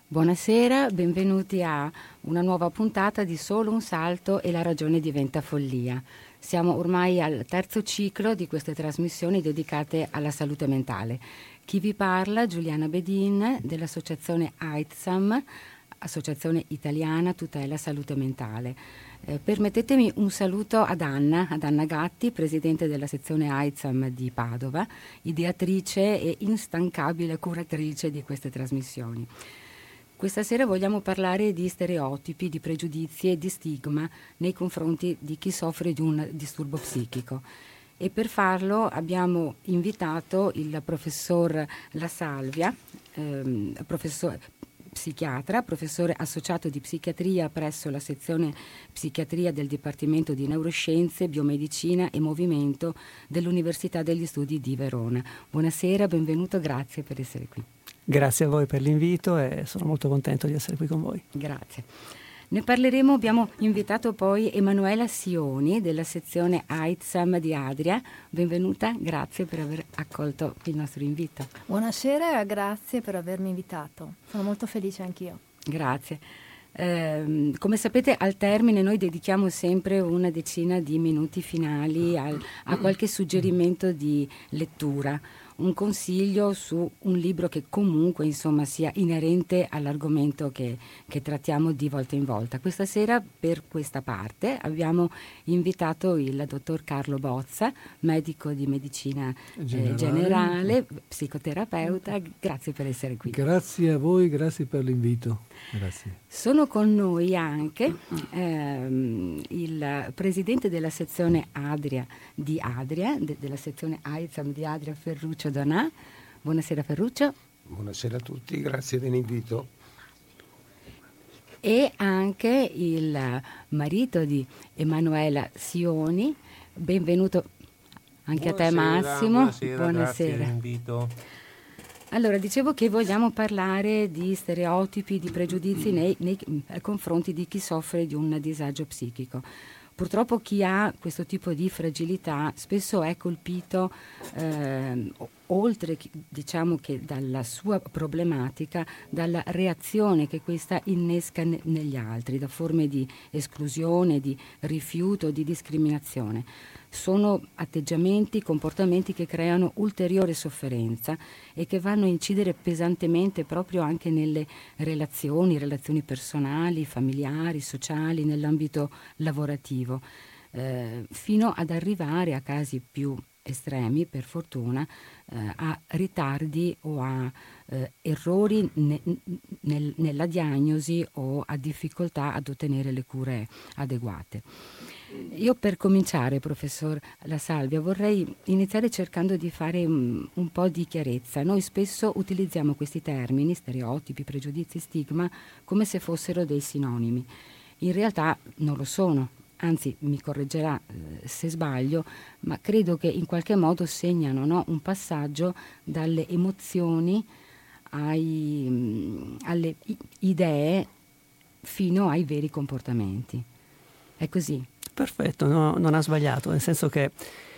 Buonasera, benvenuti a una nuova puntata di Solo un salto e la ragione diventa follia. Siamo ormai al terzo ciclo di queste trasmissioni dedicate alla salute mentale. Chi vi parla? Giuliana Bedin dell'associazione AITSAM, Associazione Italiana Tutela Salute Mentale. Permettetemi un saluto ad Anna Gatti, presidente della sezione AITSAM di Padova, ideatrice e instancabile curatrice di queste trasmissioni. Questa sera vogliamo parlare di stereotipi, di pregiudizi e di stigma nei confronti di chi soffre di un disturbo psichico. E per farlo abbiamo invitato il professor La Salvia, psichiatra, professore associato di psichiatria presso la sezione psichiatria del Dipartimento di Neuroscienze, Biomedicina e Movimento dell'Università degli Studi di Verona. Buonasera, benvenuto, grazie per essere qui. Grazie a voi per l'invito e sono molto contento di essere qui con voi. Grazie. Ne parleremo, abbiamo invitato poi Emanuela Sioni della sezione AITSAM di Adria. Benvenuta, grazie per aver accolto il nostro invito. Buonasera, grazie per avermi invitato. Sono molto felice anch'io. Grazie. Come sapete, al termine noi dedichiamo sempre una decina di minuti finali a qualche suggerimento di lettura, un consiglio su un libro che comunque insomma sia inerente all'argomento che trattiamo di volta in volta. Questa sera per questa parte abbiamo invitato il dottor Carlo Bozza, medico di medicina generale, psicoterapeuta. Grazie per essere qui. Grazie a voi, grazie per l'invito. Grazie. Sono con noi anche il presidente della sezione Adria di Adria, della sezione AITSAM di Adria, Ferruccio Donà. Buonasera Ferruccio. Buonasera a tutti, grazie dell'invito. E anche il marito di Emanuela Sioni. Benvenuto anche a te Massimo. Buonasera. Grazie dell'invito. Allora, dicevo che vogliamo parlare di stereotipi, di pregiudizi nei confronti di chi soffre di un disagio psichico. Purtroppo chi ha questo tipo di fragilità spesso è colpito, oltre diciamo che dalla sua problematica, dalla reazione che questa innesca negli altri, da forme di esclusione, di rifiuto, di discriminazione. Sono atteggiamenti, comportamenti che creano ulteriore sofferenza e che vanno a incidere pesantemente proprio anche nelle relazioni personali, familiari, sociali, nell'ambito lavorativo, fino ad arrivare a casi più estremi, per fortuna, a ritardi o a errori nella diagnosi o a difficoltà ad ottenere le cure adeguate. Io per cominciare, professor La Salvia, vorrei iniziare cercando di fare un po' di chiarezza. Noi spesso utilizziamo questi termini, stereotipi, pregiudizi, stigma, come se fossero dei sinonimi. In realtà non lo sono, anzi mi correggerà se sbaglio, ma credo che in qualche modo segnano, no, un passaggio dalle emozioni alle idee fino ai veri comportamenti. È così? Perfetto, no, non ha sbagliato, nel senso che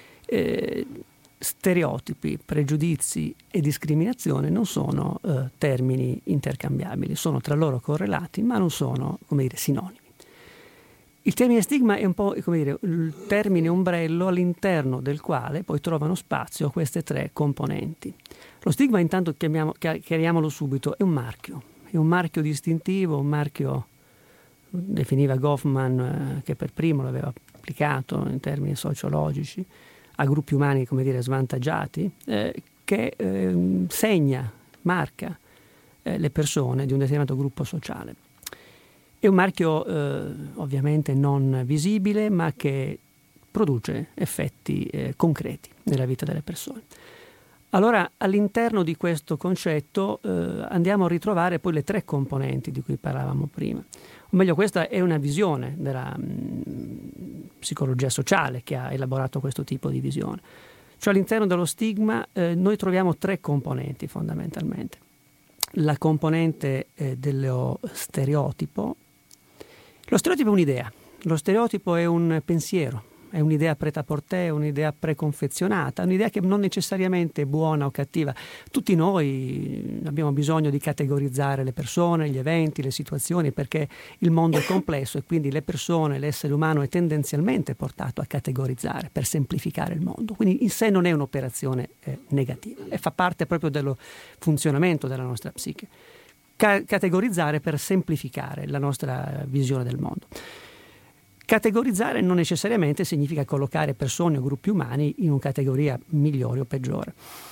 stereotipi, pregiudizi e discriminazione non sono termini intercambiabili, sono tra loro correlati, ma non sono, come dire, sinonimi. Il termine stigma è un po', come dire, il termine ombrello all'interno del quale poi trovano spazio queste tre componenti. Lo stigma, intanto chiariamolo subito, è un marchio distintivo, un marchio, definiva Goffman, che per primo l'aveva applicato in termini sociologici a gruppi umani, come dire, svantaggiati, che segna, marca le persone di un determinato gruppo sociale. È un marchio ovviamente non visibile, ma che produce effetti concreti nella vita delle persone. Allora, all'interno di questo concetto andiamo a ritrovare poi le tre componenti di cui parlavamo prima. O meglio, questa è una visione della psicologia sociale che ha elaborato questo tipo di visione. Cioè all'interno dello stigma noi troviamo tre componenti fondamentalmente. La componente dello stereotipo. Lo stereotipo è un'idea, lo stereotipo è un pensiero, è un'idea prêt-à-porter, un'idea preconfezionata, un'idea che non necessariamente è buona o cattiva. Tutti noi abbiamo bisogno di categorizzare le persone, gli eventi, le situazioni, perché il mondo è complesso e quindi le persone, l'essere umano è tendenzialmente portato a categorizzare per semplificare il mondo. Quindi in sé non è un'operazione negativa e fa parte proprio dello funzionamento della nostra psiche. Categorizzare per semplificare la nostra visione del mondo. Categorizzare non necessariamente significa collocare persone o gruppi umani in una categoria migliore o peggiore.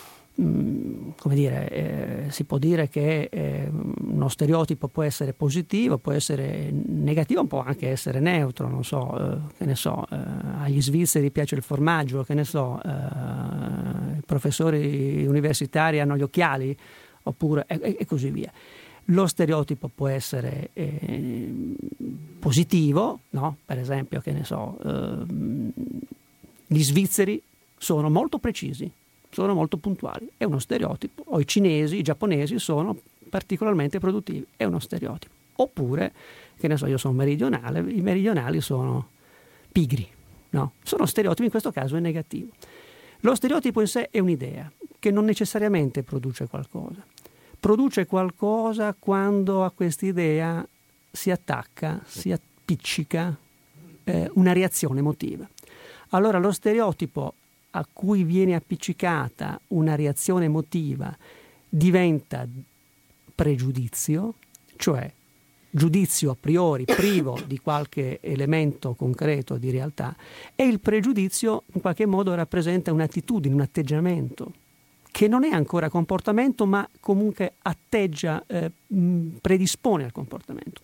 Si può dire che uno stereotipo può essere positivo, può essere negativo, può anche essere neutro, non so, agli svizzeri piace il formaggio, i professori universitari hanno gli occhiali, oppure e così via. Lo stereotipo può essere positivo, no? Per esempio, gli svizzeri sono molto precisi, sono molto puntuali, è uno stereotipo. O i cinesi, i giapponesi sono particolarmente produttivi, è uno stereotipo. Oppure, io sono meridionale, i meridionali sono pigri, no? Sono stereotipi, in questo caso è negativo. Lo stereotipo in sé è un'idea che non necessariamente produce qualcosa. Produce qualcosa quando a quest'idea si attacca, si appiccica una reazione emotiva. Allora lo stereotipo a cui viene appiccicata una reazione emotiva diventa pregiudizio, cioè giudizio a priori privo di qualche elemento concreto di realtà, e il pregiudizio in qualche modo rappresenta un'attitudine, un atteggiamento che non è ancora comportamento, ma comunque predispone al comportamento.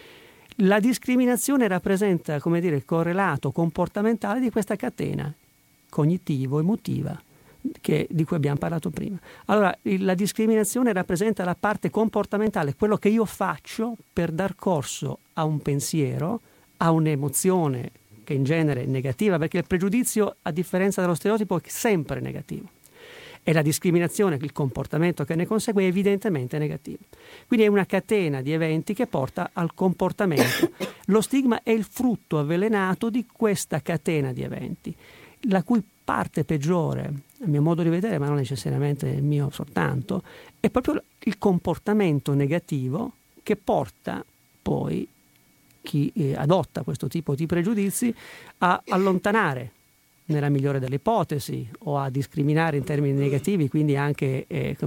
La discriminazione rappresenta, il correlato comportamentale di questa catena cognitivo-emotiva di cui abbiamo parlato prima. Allora, la discriminazione rappresenta la parte comportamentale, quello che io faccio per dar corso a un pensiero, a un'emozione che in genere è negativa, perché il pregiudizio, a differenza dello stereotipo, è sempre negativo. E la discriminazione, il comportamento che ne consegue, è evidentemente negativo. Quindi è una catena di eventi che porta al comportamento. Lo stigma è il frutto avvelenato di questa catena di eventi, la cui parte peggiore, a mio modo di vedere, ma non necessariamente il mio soltanto, è proprio il comportamento negativo che porta poi chi adotta questo tipo di pregiudizi a allontanare, nella migliore delle ipotesi, o a discriminare in termini negativi, quindi anche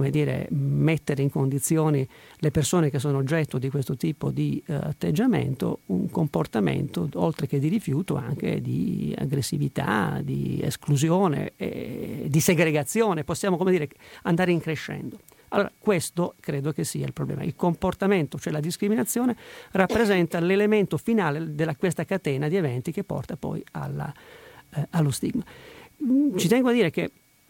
mettere in condizioni le persone che sono oggetto di questo tipo di atteggiamento un comportamento oltre che di rifiuto anche di aggressività, di esclusione, di segregazione, possiamo andare in crescendo. Allora questo credo che sia il problema. Il comportamento, cioè la discriminazione, rappresenta l'elemento finale di questa catena di eventi che porta poi allo stigma. Ci tengo a dire che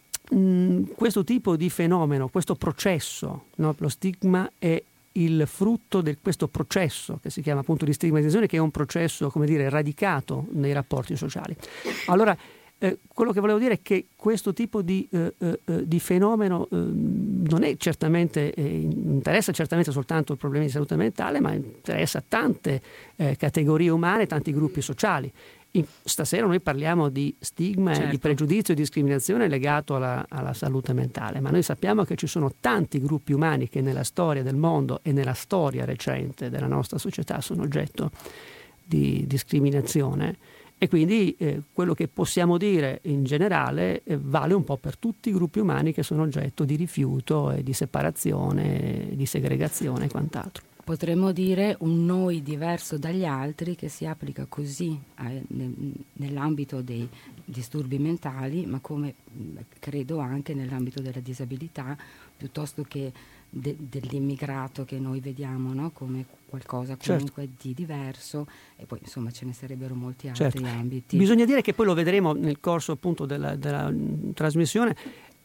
questo tipo di fenomeno, questo processo, no? Lo stigma è il frutto di questo processo che si chiama appunto di stigmatizzazione, che è un processo radicato nei rapporti sociali. Allora quello che volevo dire è che questo tipo di fenomeno non è certamente interessa certamente soltanto i problemi di salute mentale, ma interessa tante categorie umane, tanti gruppi sociali. Stasera noi parliamo di stigma, certo, di pregiudizio e discriminazione legato alla salute mentale, ma noi sappiamo che ci sono tanti gruppi umani che nella storia del mondo e nella storia recente della nostra società sono oggetto di discriminazione, e quindi quello che possiamo dire in generale vale un po' per tutti i gruppi umani che sono oggetto di rifiuto e di separazione, di segregazione e quant'altro. Potremmo dire un noi diverso dagli altri che si applica così nell'ambito dei disturbi mentali, ma come credo anche nell'ambito della disabilità, piuttosto che dell'immigrato che noi vediamo, no? Come qualcosa comunque, certo, di diverso, e poi insomma ce ne sarebbero molti altri, certo, ambiti. Bisogna dire che poi lo vedremo nel corso appunto della trasmissione.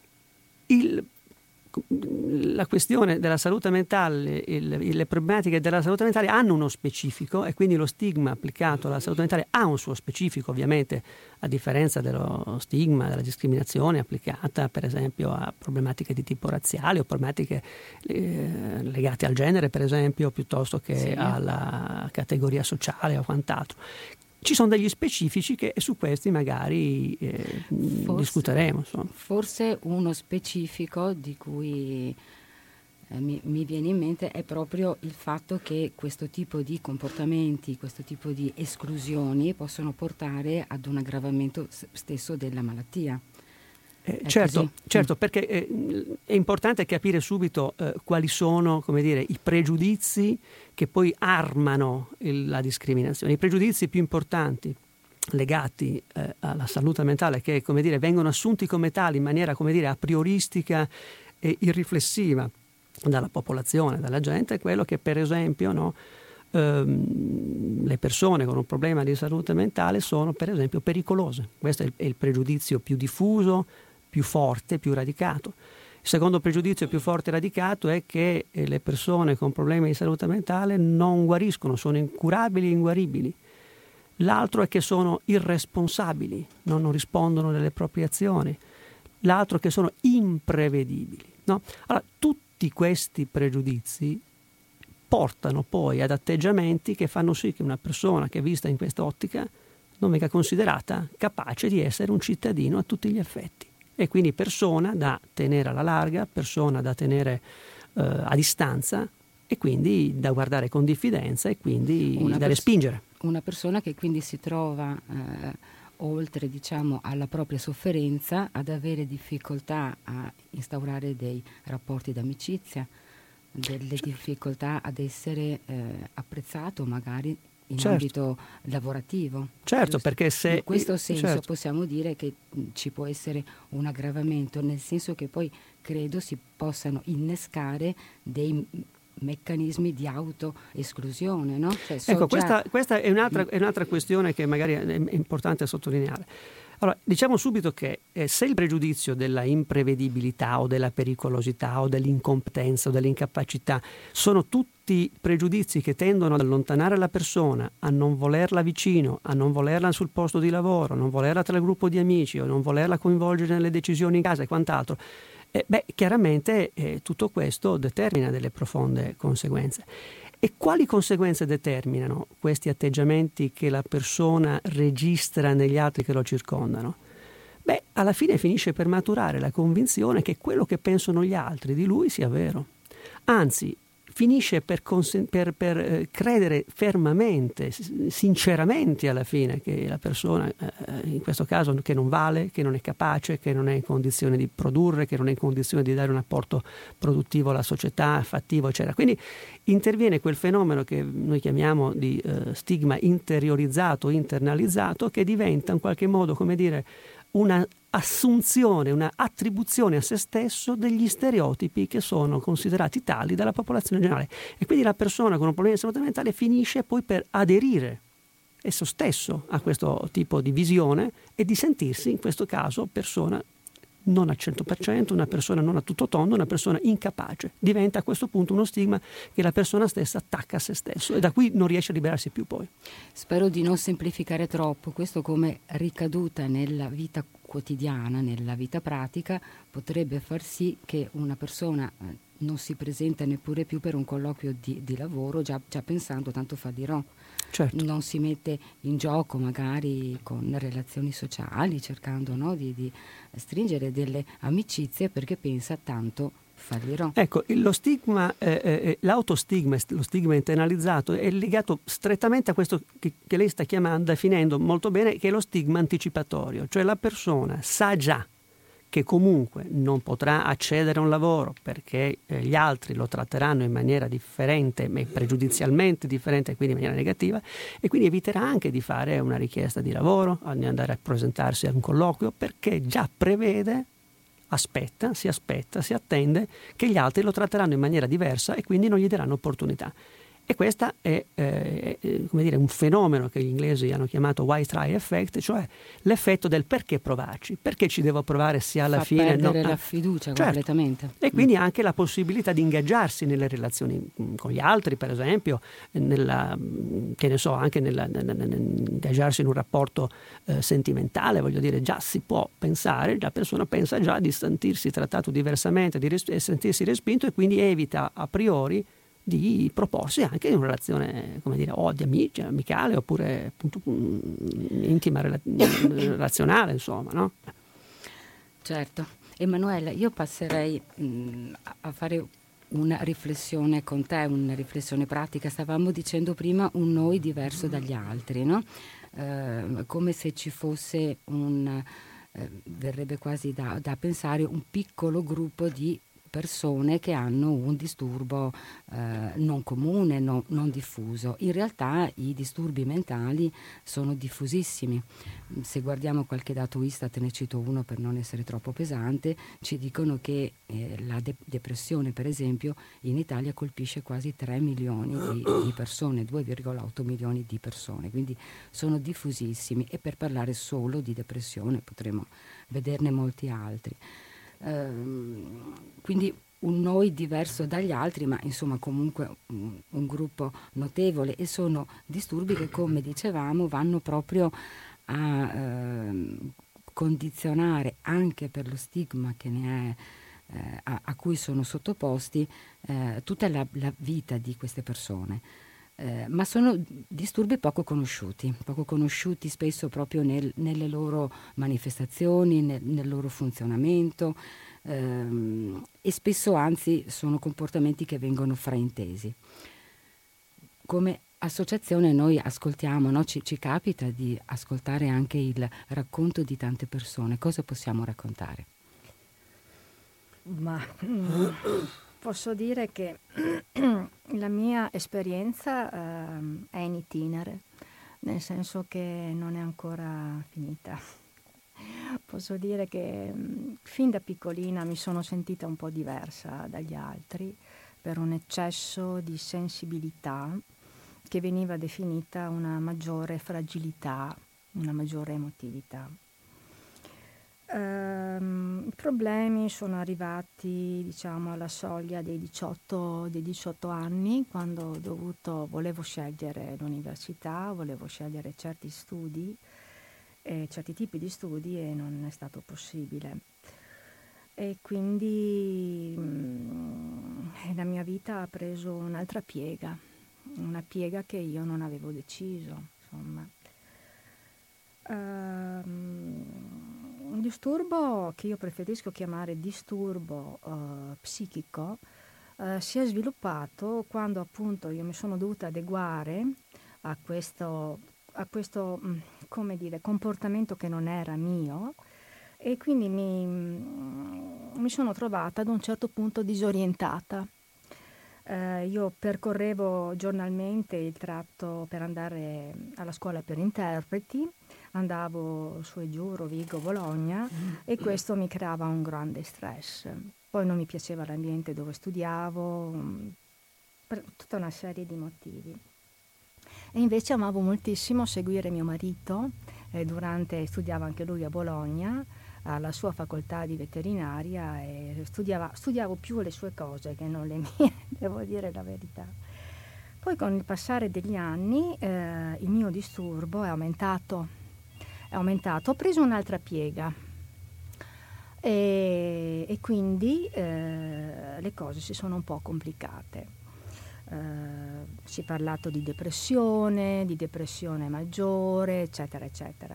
La questione della salute mentale, le problematiche della salute mentale hanno uno specifico, e quindi lo stigma applicato alla salute mentale ha un suo specifico, ovviamente, a differenza dello stigma, della discriminazione applicata per esempio a problematiche di tipo razziale o problematiche legate al genere, per esempio, piuttosto che, sì, alla categoria sociale o quant'altro. Ci sono degli specifici e su questi magari discuteremo. Insomma. Forse uno specifico di cui mi viene in mente è proprio il fatto che questo tipo di comportamenti, questo tipo di esclusioni possono portare ad un aggravamento stesso della malattia. Certo, perché è importante capire subito quali sono, come dire, i pregiudizi che poi armano la discriminazione. I pregiudizi più importanti legati alla salute mentale, che, come dire, vengono assunti come tali in maniera, come dire, a prioristica e irriflessiva dalla popolazione, dalla gente, è quello che, per esempio, no, le persone con un problema di salute mentale sono, per esempio, pericolose. Questo è il pregiudizio più diffuso, più forte, più radicato. Il secondo pregiudizio più forte e radicato è che le persone con problemi di salute mentale non guariscono, sono incurabili e inguaribili. L'altro è che sono irresponsabili, non rispondono delle proprie azioni. L'altro è che sono imprevedibili. No? Allora, tutti questi pregiudizi portano poi ad atteggiamenti che fanno sì che una persona che è vista in quest'ottica non venga considerata capace di essere un cittadino a tutti gli effetti. E quindi persona da tenere alla larga, persona da tenere a distanza e quindi da guardare con diffidenza e quindi da respingere. Una persona che quindi si trova oltre, diciamo, alla propria sofferenza ad avere difficoltà a instaurare dei rapporti d'amicizia, delle difficoltà ad essere apprezzato magari in ambito lavorativo. Certo, perché se in questo senso possiamo dire che ci può essere un aggravamento, nel senso che poi credo si possano innescare dei meccanismi di autoesclusione, no? Ecco, questa è un'altra questione che magari è importante sottolineare. Allora, diciamo subito che se il pregiudizio della imprevedibilità o della pericolosità o dell'incompetenza o dell'incapacità sono tutti pregiudizi che tendono ad allontanare la persona, a non volerla vicino, a non volerla sul posto di lavoro, a non volerla tra il gruppo di amici o non volerla coinvolgere nelle decisioni in casa e quant'altro, chiaramente tutto questo determina delle profonde conseguenze. E quali conseguenze determinano questi atteggiamenti che la persona registra negli altri che lo circondano? Alla fine finisce per maturare la convinzione che quello che pensano gli altri di lui sia vero. Anzi, finisce per credere fermamente, sinceramente alla fine, che la persona, in questo caso, che non vale, che non è capace, che non è in condizione di produrre, che non è in condizione di dare un apporto produttivo alla società, fattivo, eccetera. Quindi interviene quel fenomeno che noi chiamiamo di stigma interiorizzato, internalizzato, che diventa in qualche modo, come dire, una assunzione, una attribuzione a se stesso degli stereotipi che sono considerati tali dalla popolazione generale. E quindi la persona con un problema di salute mentale finisce poi per aderire esso stesso a questo tipo di visione e di sentirsi, in questo caso, persona non al 100%, una persona non a tutto tondo, una persona incapace. Diventa a questo punto uno stigma che la persona stessa attacca a se stesso e da qui non riesce a liberarsi più poi. Spero di non semplificare troppo. Questo, come ricaduta nella vita quotidiana, nella vita pratica, potrebbe far sì che una persona non si presenta neppure più per un colloquio di lavoro già pensando tanto fa dirò. Certo. Non si mette in gioco magari con relazioni sociali, cercando, no, di stringere delle amicizie perché pensa tanto fallirò. Ecco, lo stigma, l'autostigma, lo stigma internalizzato è legato strettamente a questo che lei sta definendo molto bene, che è lo stigma anticipatorio, cioè la persona sa già che comunque non potrà accedere a un lavoro perché gli altri lo tratteranno in maniera differente, pregiudizialmente differente, quindi in maniera negativa, e quindi eviterà anche di fare una richiesta di lavoro, di andare a presentarsi a un colloquio, perché già prevede, si attende che gli altri lo tratteranno in maniera diversa e quindi non gli daranno opportunità. E questo è come dire, un fenomeno che gli inglesi hanno chiamato why try effect, cioè l'effetto del perché provarci, perché ci devo provare se alla fine perdere la fiducia completamente. E quindi anche la possibilità di ingaggiarsi nelle relazioni con gli altri, per esempio, anche ingaggiarsi in un rapporto sentimentale, voglio dire, già si può pensare, la persona pensa già di sentirsi trattato diversamente, di sentirsi respinto e quindi evita a priori di proporsi anche in una relazione, come dire, o di amici, amicale, oppure appunto intima, relazionale, insomma, no? Certo. Emanuela, io passerei a fare una riflessione con te, una riflessione pratica. Stavamo dicendo prima un noi diverso dagli altri, no? Come se ci fosse verrebbe quasi da pensare un piccolo gruppo di persone che hanno un disturbo non comune, non diffuso. In realtà i disturbi mentali sono diffusissimi. Se guardiamo qualche dato Istat, ne cito uno per non essere troppo pesante, ci dicono che la depressione, per esempio, in Italia colpisce quasi 3 milioni di persone, 2,8 milioni di persone, quindi sono diffusissimi, e per parlare solo di depressione potremmo vederne molti altri. Quindi un noi diverso dagli altri, ma insomma comunque un gruppo notevole, e sono disturbi che, come dicevamo, vanno proprio a condizionare, anche per lo stigma che ne è, a cui sono sottoposti, tutta la vita di queste persone. Ma sono disturbi poco conosciuti spesso proprio nelle loro manifestazioni, nel loro funzionamento, e spesso anzi sono comportamenti che vengono fraintesi. Come associazione noi ascoltiamo, no? Ci capita di ascoltare anche il racconto di tante persone. Cosa possiamo raccontare? Ma posso dire che la mia esperienza è in itinere, nel senso che non è ancora finita. Posso dire che fin da piccolina mi sono sentita un po' diversa dagli altri per un eccesso di sensibilità che veniva definita una maggiore fragilità, una maggiore emotività. I problemi sono arrivati, diciamo, alla soglia dei 18 anni, quando volevo scegliere l'università, volevo scegliere certi studi, certi tipi di studi, e non è stato possibile. E quindi la mia vita ha preso un'altra piega, una piega che io non avevo deciso, insomma. Un disturbo che io preferisco chiamare disturbo psichico si è sviluppato quando appunto io mi sono dovuta adeguare a questo come dire, comportamento che non era mio, e quindi mi sono trovata ad un certo punto disorientata. Io percorrevo giornalmente il tratto per andare alla scuola per interpreti, andavo su e giù, Rovigo, Bologna, e questo mi creava un grande stress. Poi non mi piaceva l'ambiente dove studiavo, per tutta una serie di motivi. E invece amavo moltissimo seguire mio marito, studiava anche lui a Bologna, alla sua facoltà di veterinaria, e studiavo più le sue cose che non le mie, devo dire la verità. Poi con il passare degli anni il mio disturbo è aumentato, ho preso un'altra piega e quindi le cose si sono un po' complicate. Si è parlato di depressione maggiore, eccetera, eccetera.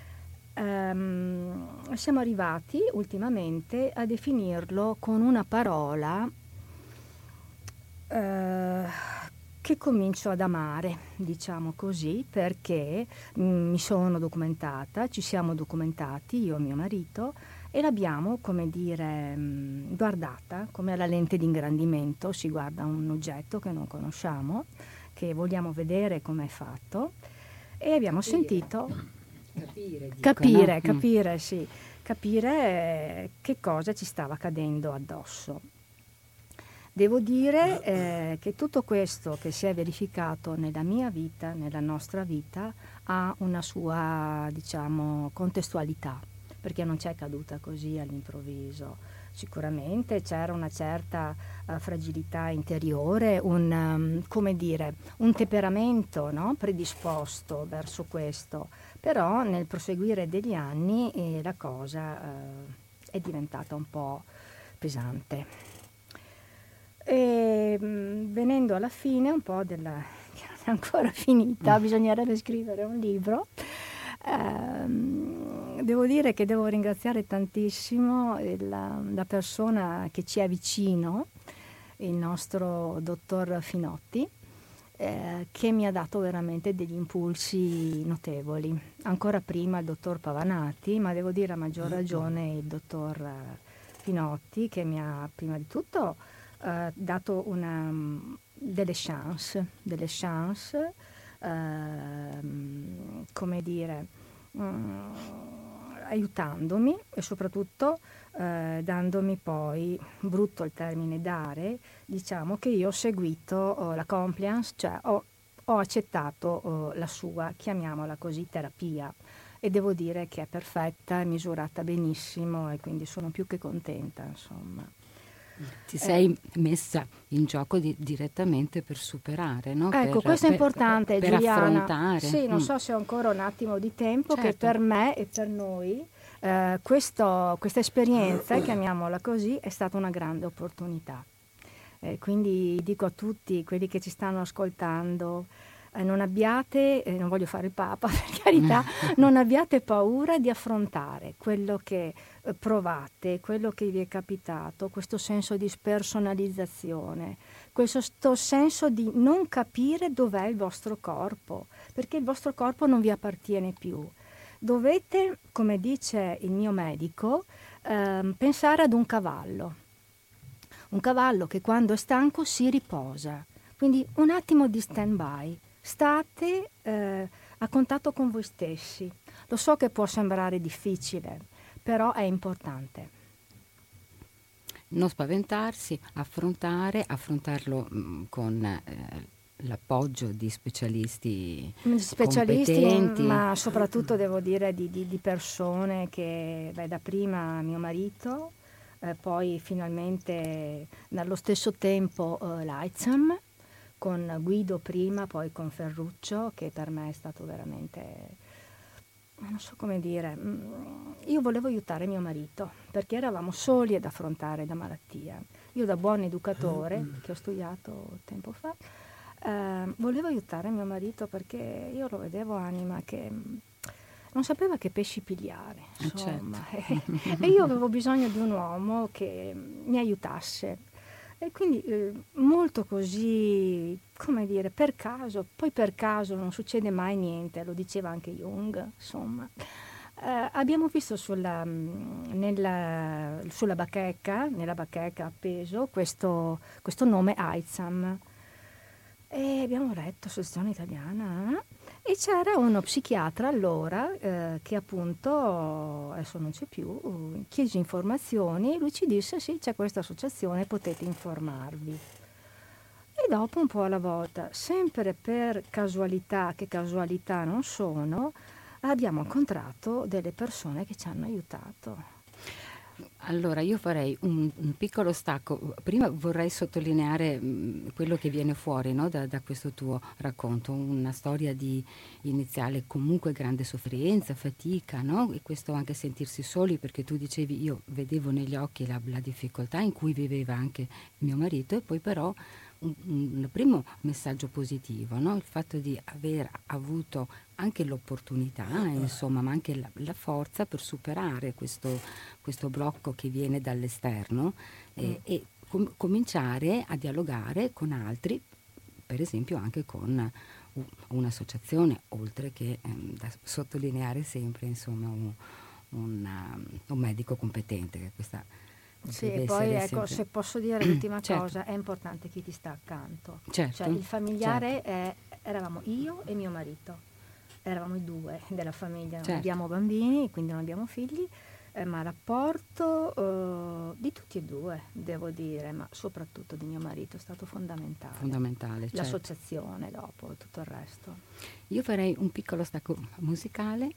Siamo arrivati ultimamente a definirlo con una parola che comincio ad amare, diciamo così, perché mi sono documentata, ci siamo documentati io e mio marito, e l'abbiamo, come dire, guardata come alla lente di ingrandimento. Si guarda un oggetto che non conosciamo, che vogliamo vedere come è fatto, e abbiamo sentito capire che cosa ci stava accadendo addosso. Devo dire che tutto questo che si è verificato nella mia vita, nella nostra vita, ha una sua, diciamo, contestualità, perché non c'è caduta così all'improvviso. Sicuramente c'era una certa fragilità interiore, un temperamento, no? Predisposto verso questo, però nel proseguire degli anni la cosa è diventata un po' pesante. E venendo alla fine un po' della... che non è ancora finita, bisognerebbe scrivere un libro. Devo dire che devo ringraziare tantissimo la persona che ci è vicino, il nostro dottor Finotti, che mi ha dato veramente degli impulsi notevoli. Ancora prima il dottor Pavanati, ma devo dire a maggior ragione il dottor Finotti, che mi ha prima di tutto dato delle chance, come dire, aiutandomi e soprattutto dandomi poi, brutto il termine dare, diciamo che io ho seguito la compliance, cioè ho accettato la sua, chiamiamola così, terapia, e devo dire che è perfetta, è misurata benissimo e quindi sono più che contenta, insomma. Ti sei messa in gioco direttamente per superare, no? Ecco, questo è importante, per Giuliana. Affrontare. Sì, non so se ho ancora un attimo di tempo, certo. Che per me e per noi questa esperienza, chiamiamola così, è stata una grande opportunità. Quindi dico a tutti quelli che ci stanno ascoltando, non abbiate, non voglio fare il Papa per carità, non abbiate paura di affrontare quello che provate, quello che vi è capitato, questo senso di spersonalizzazione, questo senso di non capire dov'è il vostro corpo, perché il vostro corpo non vi appartiene più. Dovete, come dice il mio medico, pensare ad un cavallo che quando è stanco si riposa, quindi un attimo di stand-by, state a contatto con voi stessi. Lo so che può sembrare difficile, però è importante. Non spaventarsi, affrontarlo con l'appoggio di specialisti competenti. Ma soprattutto devo dire di persone che, da prima mio marito, poi finalmente nello stesso tempo l'AIDSM, con Guido prima, poi con Ferruccio, che per me è stato veramente, non so come dire, io volevo aiutare mio marito, perché eravamo soli ad affrontare la malattia. Io da buon educatore, che ho studiato tempo fa, volevo aiutare mio marito perché io lo vedevo anima che non sapeva che pesci pigliare, insomma. Certo. E io avevo bisogno di un uomo che mi aiutasse. E quindi molto così, come dire, per caso, poi per caso non succede mai niente, lo diceva anche Jung, insomma. Abbiamo visto sulla bacheca, nella bacheca appeso, questo nome AIDSM. E abbiamo letto Associazione Italiana e c'era uno psichiatra allora che appunto, adesso non c'è più, chiese informazioni e lui ci disse sì, c'è questa associazione, potete informarvi. E dopo un po' alla volta, sempre per casualità, che casualità non sono, abbiamo incontrato delle persone che ci hanno aiutato. Allora, io farei un piccolo stacco. Prima vorrei sottolineare quello che viene fuori, no, da questo tuo racconto, una storia di iniziale comunque grande sofferenza, fatica, no? E questo anche sentirsi soli, perché tu dicevi, io vedevo negli occhi la difficoltà in cui viveva anche mio marito, e poi però un primo messaggio positivo, no? Il fatto di aver avuto anche l'opportunità, insomma, ma anche la forza per superare questo blocco che viene dall'esterno e cominciare a dialogare con altri, per esempio anche con un'associazione, oltre che da sottolineare sempre, insomma, un medico competente, che questa sì, e poi ecco, se posso dire l'ultima certo. cosa, è importante chi ti sta accanto. Certo, cioè il familiare certo. Eravamo io e mio marito, eravamo i due della famiglia, non certo. abbiamo bambini, quindi non abbiamo figli, ma l'apporto di tutti e due, devo dire, ma soprattutto di mio marito è stato fondamentale. Fondamentale, certo. L'associazione dopo, tutto il resto. Io farei un piccolo stacco musicale.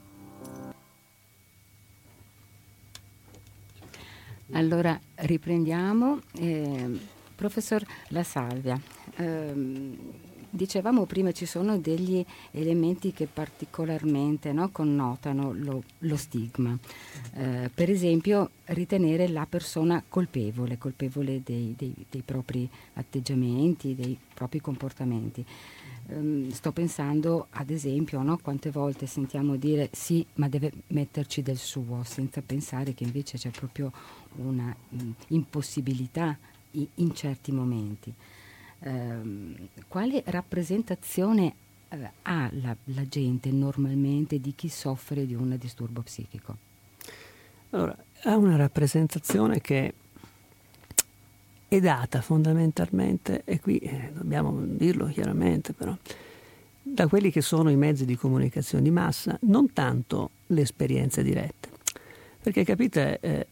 Allora riprendiamo. Professor La Salvia, Dicevamo prima, ci sono degli elementi che particolarmente, no, connotano lo stigma. Per esempio, ritenere la persona colpevole dei propri atteggiamenti, dei propri comportamenti. Sto pensando, ad esempio, no, quante volte sentiamo dire sì, ma deve metterci del suo, senza pensare che invece c'è proprio una impossibilità in certi momenti. Quale rappresentazione ha la gente normalmente di chi soffre di un disturbo psichico? Allora, ha una rappresentazione che è data fondamentalmente, e qui dobbiamo dirlo chiaramente però, da quelli che sono i mezzi di comunicazione di massa, non tanto le esperienze dirette. Perché capite,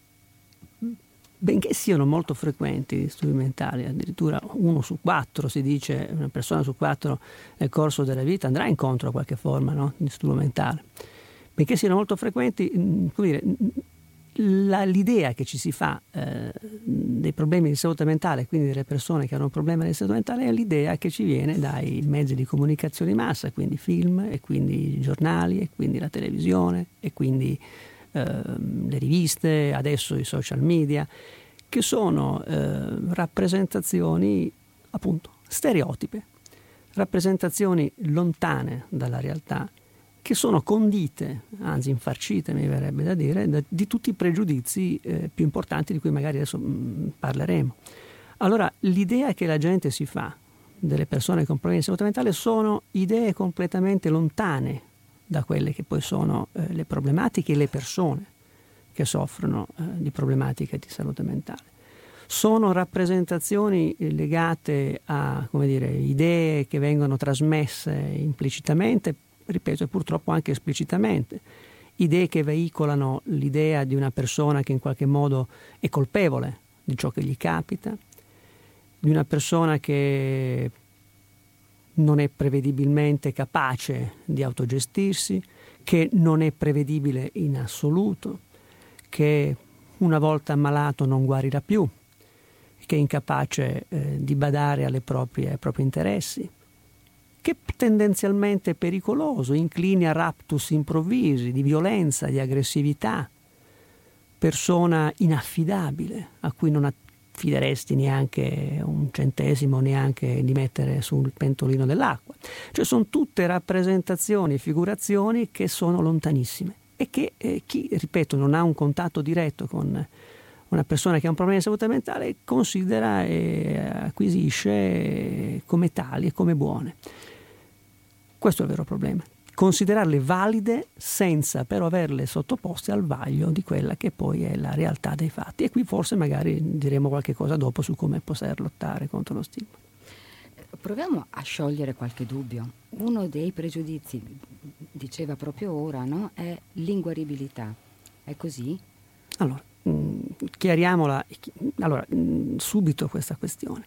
benché siano molto frequenti i disturbi mentali, addirittura 1 su 4 si dice, una persona su 4 nel corso della vita andrà incontro a qualche forma, no, di disturbo mentale. Benché siano molto frequenti, come dire, l'idea che ci si fa dei problemi di salute mentale, quindi delle persone che hanno un problema di salute mentale, è l'idea che ci viene dai mezzi di comunicazione di massa, quindi film, e quindi giornali, e quindi la televisione, e quindi le riviste, adesso i social media, che sono rappresentazioni appunto stereotipe, rappresentazioni lontane dalla realtà, che sono condite, anzi infarcite mi verrebbe da dire, di tutti i pregiudizi più importanti di cui magari adesso parleremo. Allora, l'idea che la gente si fa delle persone con problemi di salute mentale sono idee completamente lontane da quelle che poi sono le problematiche e le persone che soffrono di problematiche di salute mentale. Sono rappresentazioni legate a, come dire, idee che vengono trasmesse implicitamente, ripeto, e purtroppo anche esplicitamente, idee che veicolano l'idea di una persona che in qualche modo è colpevole di ciò che gli capita, di una persona che non è prevedibilmente capace di autogestirsi, che non è prevedibile in assoluto, che una volta ammalato non guarirà più, che è incapace di badare ai propri interessi, che tendenzialmente è pericoloso, incline a raptus improvvisi, di violenza, di aggressività, persona inaffidabile, a cui non affideresti neanche un centesimo, neanche di mettere sul pentolino dell'acqua. Cioè sono tutte rappresentazioni e figurazioni che sono lontanissime e che chi, ripeto, non ha un contatto diretto con una persona che ha un problema di salute mentale considera e acquisisce come tali e come buone. Questo è il vero problema. Considerarle valide senza però averle sottoposte al vaglio di quella che poi è la realtà dei fatti. E qui forse magari diremo qualche cosa dopo su come poter lottare contro lo stigma. Proviamo a sciogliere qualche dubbio. Uno dei pregiudizi, diceva proprio ora, no? È l'inguaribilità. È così? Allora, chiariamola subito questa questione.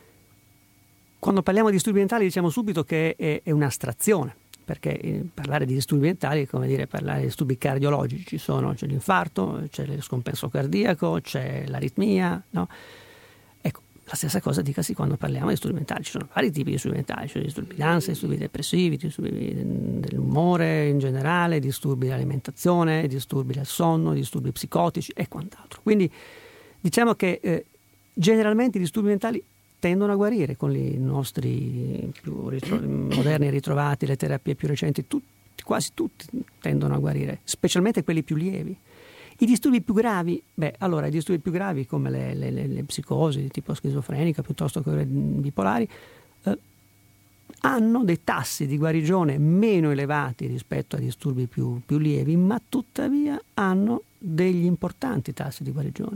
Quando parliamo di disturbi mentali diciamo subito che è un'astrazione, perché parlare di disturbi mentali è come dire parlare di disturbi cardiologici. C'è l'infarto, c'è lo scompenso cardiaco, c'è l'aritmia, no? Ecco, la stessa cosa dicasi quando parliamo di disturbi mentali. Ci sono vari tipi di disturbi mentali, cioè disturbi d'ansia, disturbi depressivi, disturbi dell'umore in generale, disturbi dell'alimentazione, disturbi del sonno, disturbi psicotici e quant'altro. Quindi diciamo che generalmente i disturbi mentali tendono a guarire con i nostri più moderni ritrovati, le terapie più recenti, quasi tutti tendono a guarire, specialmente quelli più lievi. I disturbi più gravi, i disturbi più gravi come le psicosi di tipo schizofrenica piuttosto che le bipolari, hanno dei tassi di guarigione meno elevati rispetto ai disturbi più lievi, ma tuttavia hanno degli importanti tassi di guarigione.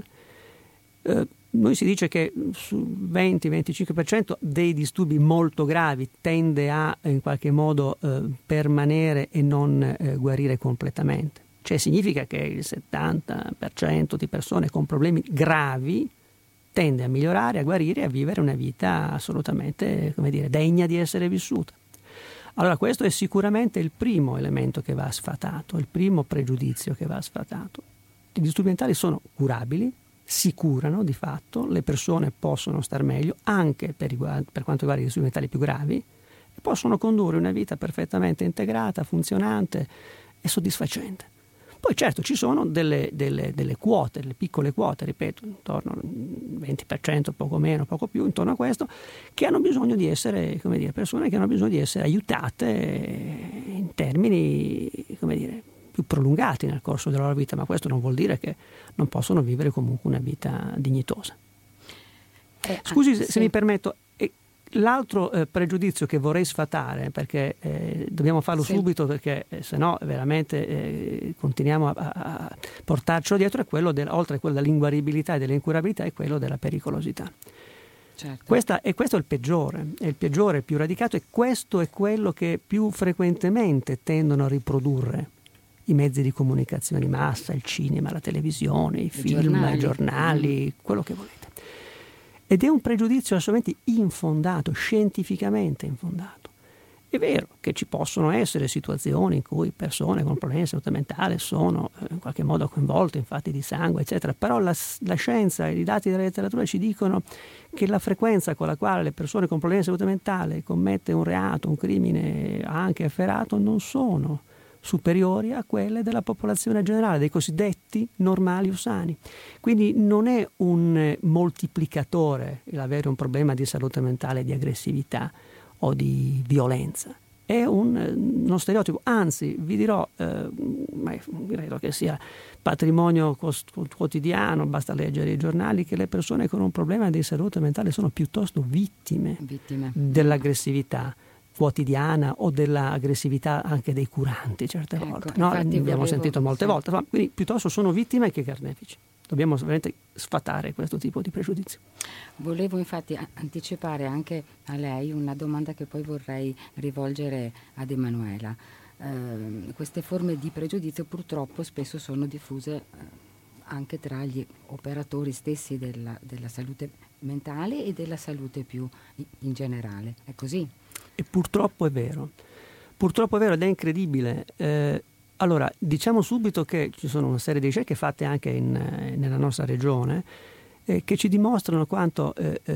Noi si dice che sul 20-25% dei disturbi molto gravi tende a in qualche modo permanere e non guarire completamente. Cioè significa che il 70% di persone con problemi gravi tende a migliorare, a guarire e a vivere una vita assolutamente, come dire, degna di essere vissuta. Allora questo è sicuramente il primo elemento che va sfatato, il primo pregiudizio che va sfatato. I disturbi mentali sono curabili, si curano di fatto, le persone possono star meglio anche per quanto riguarda i disturbi mentali più gravi, possono condurre una vita perfettamente integrata, funzionante e soddisfacente. Poi certo ci sono delle quote, delle piccole quote, ripeto, intorno al 20%, poco meno, poco più, intorno a questo, che hanno bisogno di essere, come dire, persone che hanno bisogno di essere aiutate in termini, come dire, più prolungati nel corso della loro vita, ma questo non vuol dire che non possono vivere comunque una vita dignitosa. Scusi se mi permetto, l'altro pregiudizio che vorrei sfatare, perché dobbiamo farlo subito, perché se no veramente continuiamo a portarcelo dietro, è quello oltre a quello della linguaribilità e dell'incurabilità, è quello della pericolosità. Certo. Questo è il peggiore, il più radicato, e questo è quello che più frequentemente tendono a riprodurre i mezzi di comunicazione di massa, il cinema, la televisione, i film, i giornali, quello che volete. Ed è un pregiudizio assolutamente infondato, scientificamente infondato. È vero che ci possono essere situazioni in cui persone con problemi di salute mentale sono in qualche modo coinvolte in fatti di sangue, eccetera, però la scienza e i dati della letteratura ci dicono che la frequenza con la quale le persone con problemi di salute mentale commettono un reato, un crimine anche efferato, non sono superiori a quelle della popolazione generale, dei cosiddetti normali o sani. Quindi non è un moltiplicatore l'avere un problema di salute mentale, di aggressività o di violenza. È uno stereotipo, anzi vi dirò, ma credo che sia patrimonio quotidiano, basta leggere i giornali, che le persone con un problema di salute mentale sono piuttosto vittime. Dell'aggressività quotidiana o dell'aggressività anche dei curanti certe volte. No? Abbiamo sentito molte volte, quindi piuttosto sono vittime che carnefici. Dobbiamo veramente sfatare questo tipo di pregiudizio. Volevo infatti anticipare anche a lei una domanda che poi vorrei rivolgere ad Emanuela. Queste forme di pregiudizio purtroppo spesso sono diffuse anche tra gli operatori stessi della salute mentale e della salute più in generale. È così? E purtroppo è vero ed è incredibile. Allora, diciamo subito che ci sono una serie di ricerche fatte anche nella nostra regione che ci dimostrano quanto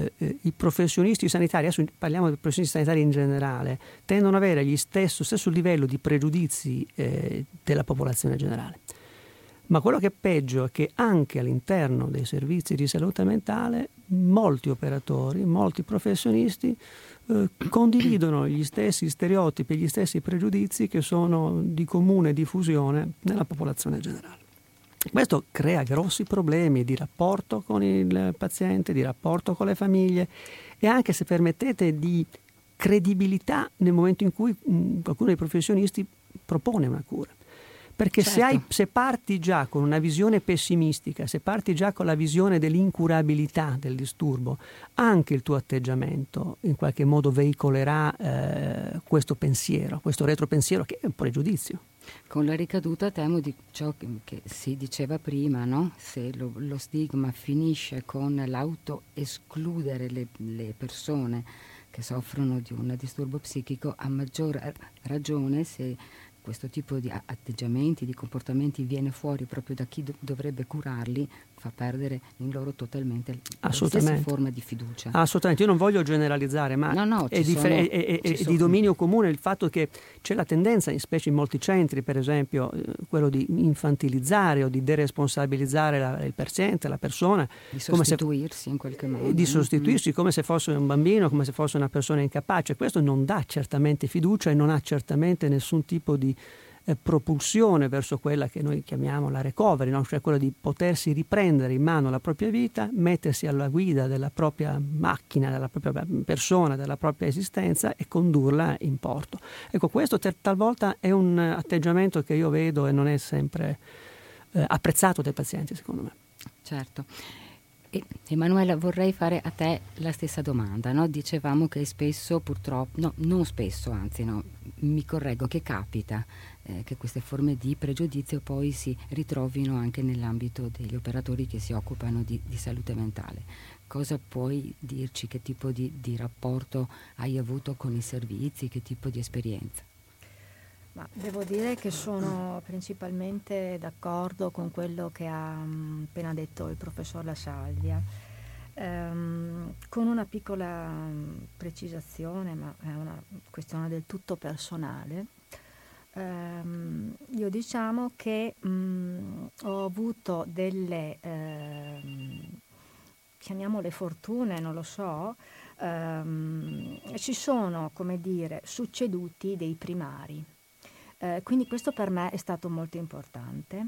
i professionisti sanitari, adesso parliamo dei professionisti sanitari in generale, tendono ad avere stesso livello di pregiudizi della popolazione generale. Ma quello che è peggio è che anche all'interno dei servizi di salute mentale molti operatori, molti professionisti condividono gli stessi stereotipi, gli stessi pregiudizi che sono di comune diffusione nella popolazione generale. Questo crea grossi problemi di rapporto con il paziente, di rapporto con le famiglie e anche, se permettete, di credibilità nel momento in cui qualcuno dei professionisti propone una cura. Perché se parti già con una visione pessimistica, se parti già con la visione dell'incurabilità del disturbo, anche il tuo atteggiamento in qualche modo veicolerà questo pensiero, questo retropensiero che è un pregiudizio. Con la ricaduta, temo, di ciò che si diceva prima, no? Se lo stigma finisce con l'auto-escludere le persone che soffrono di un disturbo psichico, a maggior ragione se questo tipo di atteggiamenti, di comportamenti viene fuori proprio da chi dovrebbe curarli, fa perdere in loro totalmente la stessa forma di fiducia. Assolutamente, io non voglio generalizzare, ma è di dominio comune il fatto che c'è la tendenza, specie in molti centri, per esempio, quello di infantilizzare o di deresponsabilizzare il paziente, la persona. Di sostituirsi in qualche modo. Di sostituirsi come se fosse un bambino, come se fosse una persona incapace. Questo non dà certamente fiducia e non ha certamente nessun tipo di propulsione verso quella che noi chiamiamo la recovery, no? Cioè quello di potersi riprendere in mano la propria vita, mettersi alla guida della propria macchina, della propria persona, della propria esistenza e condurla in porto. Ecco, questo talvolta è un atteggiamento che io vedo e non è sempre apprezzato dai pazienti, secondo me. Certo. Emanuela, vorrei fare a te la stessa domanda, no? Dicevamo che spesso, purtroppo, no, non spesso, anzi no, mi correggo, che capita che queste forme di pregiudizio poi si ritrovino anche nell'ambito degli operatori che si occupano di salute mentale. Cosa puoi dirci? Che tipo di rapporto hai avuto con i servizi? Che tipo di esperienza? Ma devo dire che sono principalmente d'accordo con quello che ha appena detto il professor La Salvia. Con una piccola precisazione, ma è una questione del tutto personale. Io diciamo che ho avuto delle, chiamiamole fortune, non lo so, ci sono, come dire, succeduti dei primari. Quindi questo per me è stato molto importante.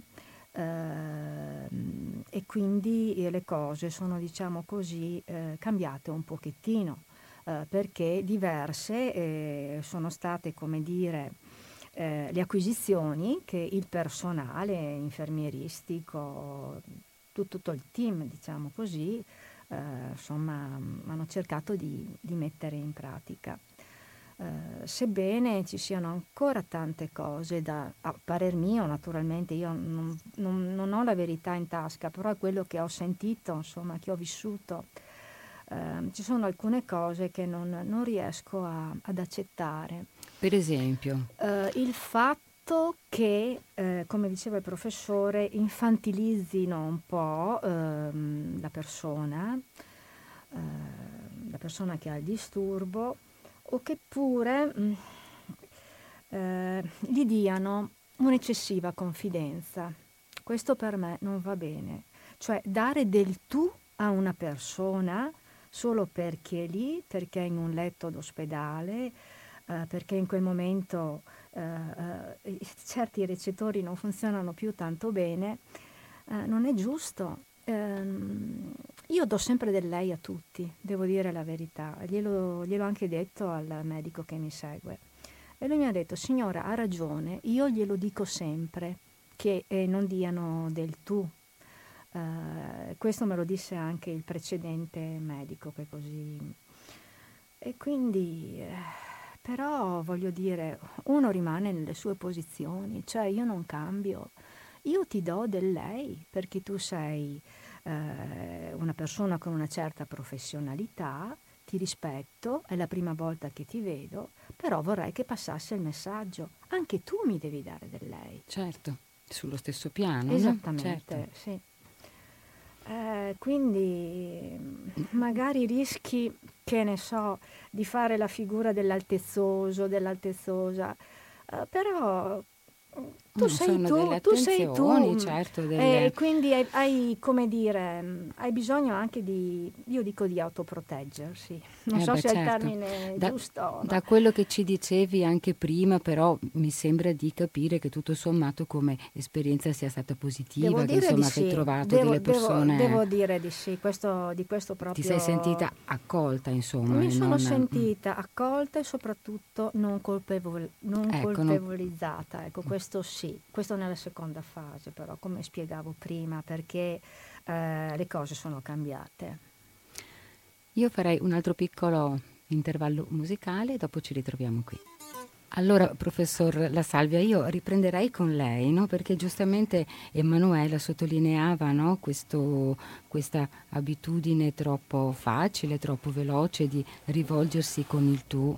E quindi le cose sono, diciamo così, cambiate un pochettino, perché diverse sono state, come dire, le acquisizioni che il personale infermieristico, tutto il team, diciamo così, insomma, hanno cercato di mettere in pratica. Sebbene ci siano ancora tante cose a parer mio, naturalmente io non ho la verità in tasca, però è quello che ho sentito, insomma, che ho vissuto. Ci sono alcune cose che non riesco ad accettare. Per esempio? Il fatto che, come diceva il professore, infantilizzino un po' la persona che ha il disturbo, o che pure gli diano un'eccessiva confidenza. Questo per me non va bene. Cioè dare del tu a una persona solo perché è lì, perché è in un letto d'ospedale, perché in quel momento certi recettori non funzionano più tanto bene, non è giusto. Io do sempre del lei a tutti, devo dire la verità, gliel'ho anche detto al medico che mi segue e lui mi ha detto: signora, ha ragione, io glielo dico sempre che non diano del tu. Questo me lo disse anche il precedente medico, che così. E quindi però voglio dire, uno rimane nelle sue posizioni, cioè io non cambio, io ti do del lei perché tu sei una persona con una certa professionalità, ti rispetto, è la prima volta che ti vedo, però vorrei che passasse il messaggio, anche tu mi devi dare del lei. Certo, sullo stesso piano. Esattamente, no? Certo. Sì. Quindi magari rischi, che ne so, di fare la figura dell'altezzoso, dell'altezzosa, però tu sei tu, certo, quindi hai, come dire, hai bisogno anche di autoproteggersi. Non so se è il termine giusto. No? Da quello che ci dicevi anche prima, però mi sembra di capire che tutto sommato come esperienza sia stata positiva, che insomma hai trovato delle persone. Devo dire di sì, di questo proprio. Ti sei sentita accolta, insomma. Mi sono sentita accolta e soprattutto non colpevolizzata, ecco, questo sì, questo nella seconda fase, però come spiegavo prima, perché le cose sono cambiate. Io farei un altro piccolo intervallo musicale e dopo ci ritroviamo qui. Allora, professor La Salvia, io riprenderei con lei, no? Perché giustamente Emanuela sottolineava, no? Questa abitudine troppo facile, troppo veloce di rivolgersi con il tu.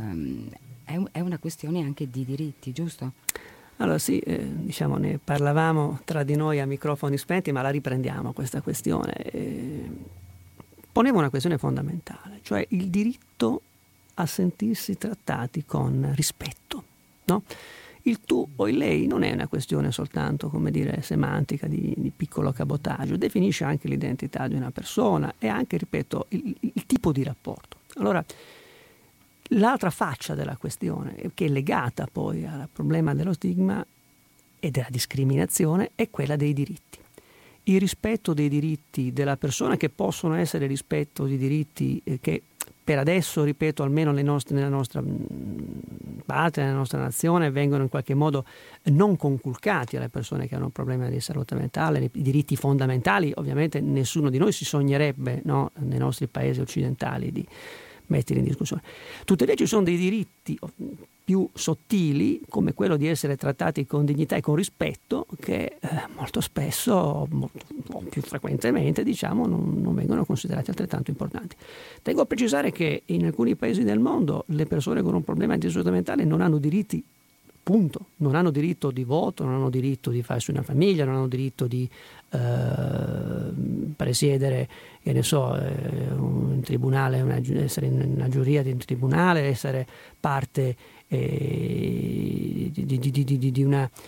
È una questione anche di diritti, giusto? Allora sì, diciamo, ne parlavamo tra di noi a microfoni spenti, ma la riprendiamo questa questione. Poneva una questione fondamentale, cioè il diritto a sentirsi trattati con rispetto, no? Il tu o il lei non è una questione soltanto, come dire, semantica di piccolo cabotaggio, definisce anche l'identità di una persona e anche, ripeto, il tipo di rapporto. Allora, l'altra faccia della questione, che è legata poi al problema dello stigma e della discriminazione, è quella dei diritti. Il rispetto dei diritti della persona, che possono essere rispetto di diritti che per adesso, ripeto, almeno nella nostra patria, nella nostra nazione, vengono in qualche modo non conculcati alle persone che hanno un problema di salute mentale. I diritti fondamentali, ovviamente nessuno di noi si sognerebbe, no, nei nostri paesi occidentali di mettere in discussione. Tuttavia ci sono dei diritti più sottili, come quello di essere trattati con dignità e con rispetto, che molto spesso, o più frequentemente, diciamo, non vengono considerati altrettanto importanti. Tengo a precisare che in alcuni paesi del mondo le persone con un problema di salute mentale non hanno diritti punto. Non hanno diritto di voto, non hanno diritto di farsi una famiglia, non hanno diritto di presiedere, che ne so, un tribunale, essere in una giuria di un tribunale, essere parte di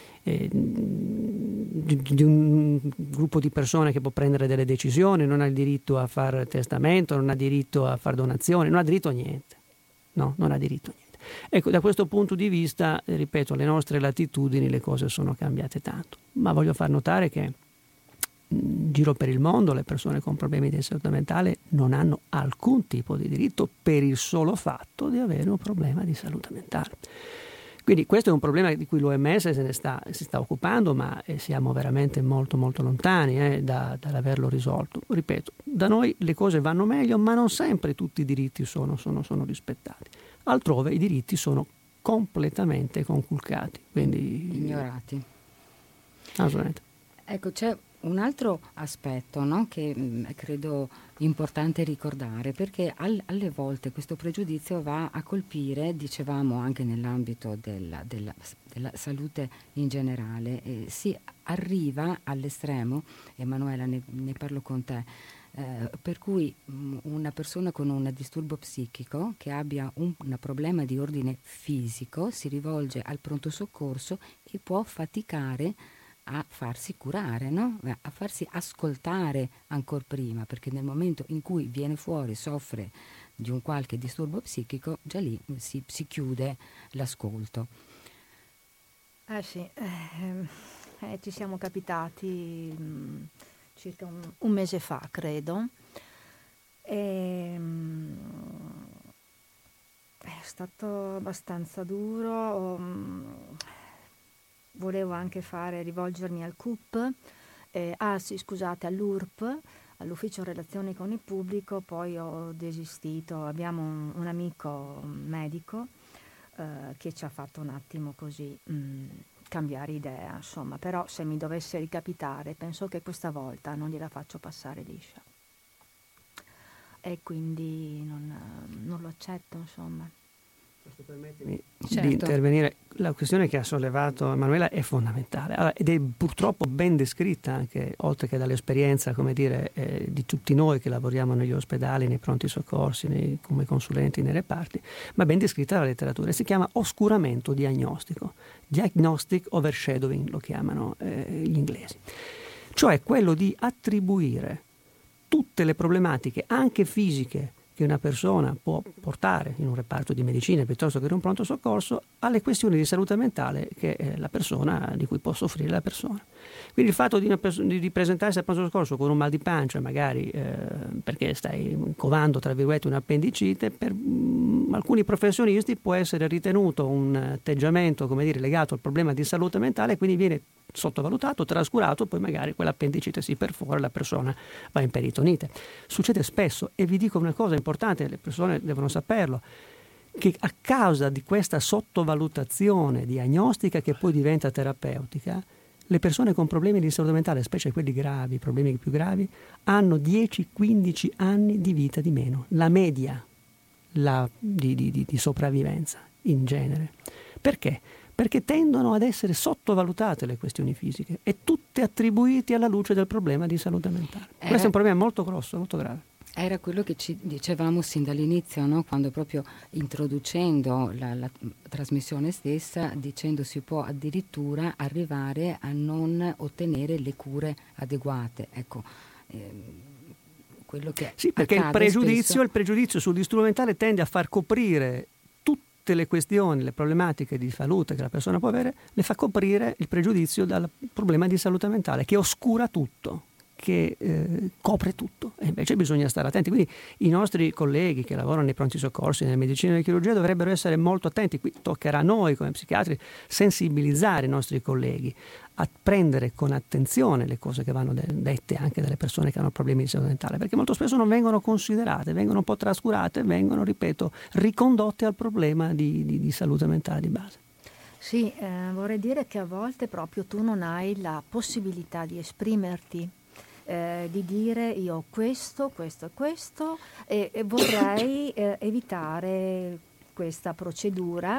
un gruppo di persone che può prendere delle decisioni, non ha il diritto a fare testamento, non ha diritto a fare donazioni, non ha diritto a niente. No, non ha diritto a niente. Ecco, da questo punto di vista, ripeto, alle nostre latitudini le cose sono cambiate tanto, ma voglio far notare che in giro per il mondo le persone con problemi di salute mentale non hanno alcun tipo di diritto per il solo fatto di avere un problema di salute mentale. Quindi questo è un problema di cui l'OMS si sta occupando, ma siamo veramente molto molto lontani dall'averlo risolto. Ripeto, da noi le cose vanno meglio, ma non sempre tutti i diritti sono rispettati. Altrove i diritti sono completamente conculcati, quindi ignorati. Assolutamente. Ecco, c'è un altro aspetto, no, che credo importante ricordare, perché alle volte questo pregiudizio va a colpire, dicevamo anche nell'ambito della salute in generale, si arriva all'estremo, Emanuela, ne parlo con te, per cui una persona con un disturbo psichico che abbia un problema di ordine fisico si rivolge al pronto soccorso e può faticare a farsi curare, no? A farsi ascoltare ancor prima, perché nel momento in cui viene fuori, soffre di un qualche disturbo psichico, già lì si chiude l'ascolto. Sì, ci siamo capitati circa un mese fa, credo. È stato abbastanza duro. Volevo anche rivolgermi al CUP, all'URP, all'Ufficio Relazioni con il Pubblico, poi ho desistito. Abbiamo un amico medico che ci ha fatto un attimo così cambiare idea, insomma, però se mi dovesse ricapitare penso che questa volta non gliela faccio passare liscia e quindi non lo accetto, insomma. Permettimi certo. di intervenire. La questione che ha sollevato Emanuela è fondamentale ed è purtroppo ben descritta anche, oltre che dall'esperienza, come dire, di tutti noi che lavoriamo negli ospedali, nei pronti soccorsi, come consulenti nei reparti, ma ben descritta dalla letteratura. Si chiama oscuramento diagnostico, diagnostic overshadowing lo chiamano gli inglesi, cioè quello di attribuire tutte le problematiche anche fisiche che una persona può portare in un reparto di medicina piuttosto che in un pronto soccorso alle questioni di salute mentale di cui può soffrire la persona. Quindi il fatto di presentarsi al pronto soccorso con un mal di pancia, magari perché stai covando tra virgolette un'appendicite, per alcuni professionisti può essere ritenuto un atteggiamento, come dire, legato al problema di salute mentale, quindi viene sottovalutato, trascurato, poi magari quell'appendicite si perfora e la persona va in peritonite. Succede spesso, e vi dico una cosa importante, le persone devono saperlo, che a causa di questa sottovalutazione diagnostica che poi diventa terapeutica, le persone con problemi di salute mentale, specie quelli gravi, problemi più gravi, hanno 10-15 anni di vita di meno, la media di sopravvivenza in genere. Perché? Perché tendono ad essere sottovalutate le questioni fisiche e tutte attribuite alla luce del problema di salute mentale. Questo è un problema molto grosso, molto grave. Era quello che ci dicevamo sin dall'inizio, no? Quando proprio introducendo la trasmissione stessa, dicendo si può addirittura arrivare a non ottenere le cure adeguate. Ecco, quello che sì, perché il pregiudizio sul disturbo mentale tende a far coprire tutte le questioni, le problematiche di salute che la persona può avere, le fa coprire il pregiudizio dal problema di salute mentale, che oscura tutto, che copre tutto, e invece bisogna stare attenti. Quindi i nostri colleghi che lavorano nei pronti soccorsi, nella medicina e nella chirurgia dovrebbero essere molto attenti. Qui toccherà a noi come psichiatri sensibilizzare i nostri colleghi a prendere con attenzione le cose che vanno dette anche dalle persone che hanno problemi di salute mentale, perché molto spesso non vengono considerate, vengono un po' trascurate, vengono, ripeto, ricondotte al problema di salute mentale di base. Sì, vorrei dire che a volte proprio tu non hai la possibilità di esprimerti, di dire io ho questo e vorrei evitare questa procedura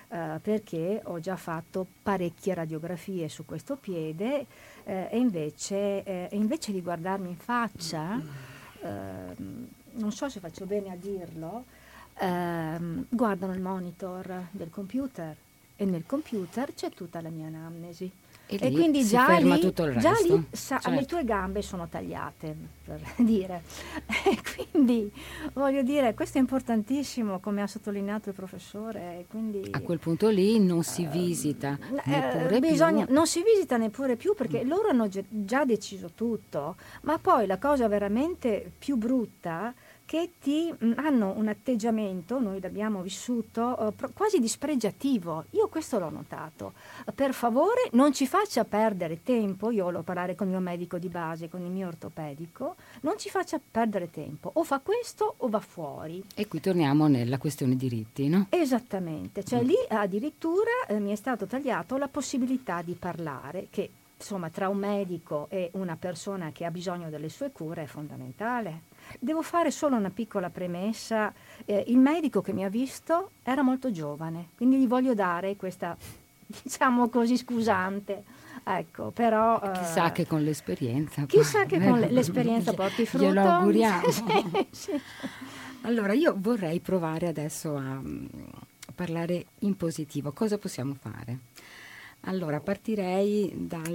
perché ho già fatto parecchie radiografie su questo piede e invece di guardarmi in faccia, non so se faccio bene a dirlo, guardano il monitor del computer e nel computer c'è tutta la mia anamnesi. E quindi si già ferma lì, tutto il già resto. lì Certo. le tue gambe sono tagliate, per dire. E quindi voglio dire, questo è importantissimo, come ha sottolineato il professore. E quindi, a quel punto lì non si visita neppure più. Non si visita neppure più, perché loro hanno già deciso tutto, ma poi la cosa veramente più brutta che hanno un atteggiamento, noi l'abbiamo vissuto, quasi dispregiativo. Io questo l'ho notato. Per favore non ci faccia perdere tempo, io volevo parlare con il mio medico di base, con il mio ortopedico, non ci faccia perdere tempo, o fa questo o va fuori. E qui torniamo nella questione diritti, no? Esattamente, cioè lì addirittura mi è stato tagliato la possibilità di parlare, che insomma tra un medico e una persona che ha bisogno delle sue cure è fondamentale. Devo fare solo una piccola premessa. Il medico che mi ha visto era molto giovane, quindi gli voglio dare questa, diciamo così, scusante. Ecco, però... chissà che con l'esperienza... Chissà che con l'esperienza porti frutto. Glielo auguriamo. Sì. Allora, io vorrei provare adesso a parlare in positivo. Cosa possiamo fare? Allora, partirei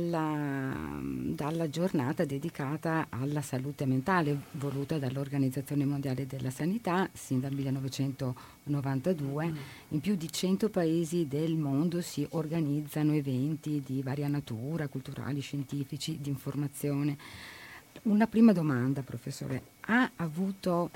dalla giornata dedicata alla salute mentale voluta dall'Organizzazione Mondiale della Sanità sin dal 1992. In più di 100 paesi del mondo si organizzano eventi di varia natura, culturali, scientifici, di informazione. Una prima domanda, professore. Ha avuto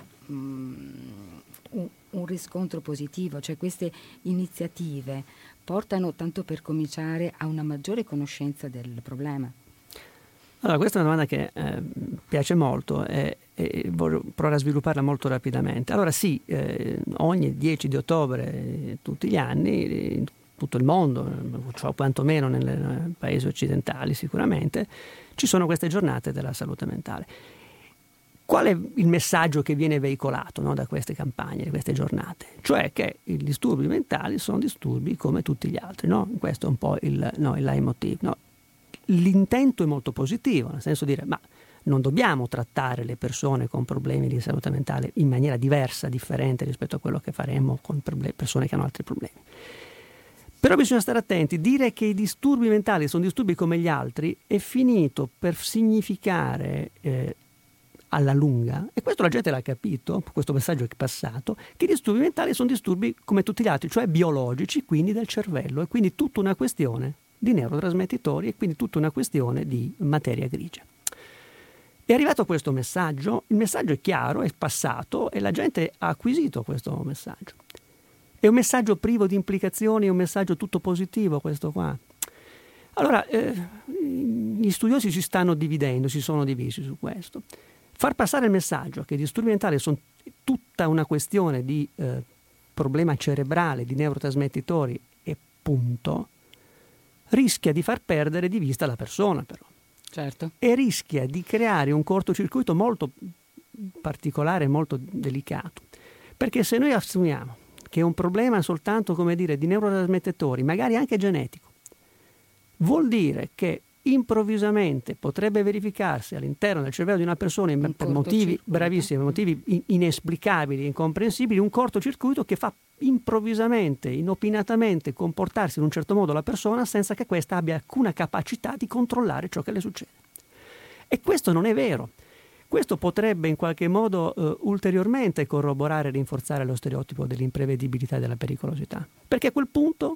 un riscontro positivo? Cioè queste iniziative portano, tanto per cominciare, a una maggiore conoscenza del problema? Allora, questa è una domanda che piace molto e voglio provare a svilupparla molto rapidamente. Allora sì, ogni 10 di ottobre, tutti gli anni, in tutto il mondo, cioè quantomeno nei paesi occidentali sicuramente, ci sono queste giornate della salute mentale. Qual è il messaggio che viene veicolato, no, da queste campagne, da queste giornate? Cioè che i disturbi mentali sono disturbi come tutti gli altri, no? Questo è un po' il leitmotiv, no? L'intento è molto positivo, nel senso di dire, ma non dobbiamo trattare le persone con problemi di salute mentale in maniera diversa, differente rispetto a quello che faremmo con persone che hanno altri problemi. Però bisogna stare attenti. Dire che i disturbi mentali sono disturbi come gli altri è finito per significare alla lunga, e questo la gente l'ha capito, questo messaggio è passato, che i disturbi mentali sono disturbi come tutti gli altri, cioè biologici, quindi del cervello, e quindi tutta una questione di neurotrasmettitori e quindi tutta una questione di materia grigia. È arrivato questo messaggio, il messaggio è chiaro, è passato e la gente ha acquisito questo messaggio. È un messaggio privo di implicazioni, è un messaggio tutto positivo questo qua. Allora, gli studiosi si sono divisi su questo. Far passare il messaggio che i disturbi mentali sono tutta una questione di problema cerebrale, di neurotrasmettitori e punto, rischia di far perdere di vista la persona però. Certo. E rischia di creare un cortocircuito molto particolare, molto delicato. Perché se noi assumiamo che è un problema soltanto, come dire, di neurotrasmettitori, magari anche genetico, vuol dire che improvvisamente potrebbe verificarsi all'interno del cervello di una persona per motivi bravissimi, motivi inesplicabili, incomprensibili, un cortocircuito che fa improvvisamente, inopinatamente comportarsi in un certo modo la persona senza che questa abbia alcuna capacità di controllare ciò che le succede. E questo non è vero. Questo potrebbe in qualche modo ulteriormente corroborare e rinforzare lo stereotipo dell'imprevedibilità e della pericolosità. Perché a quel punto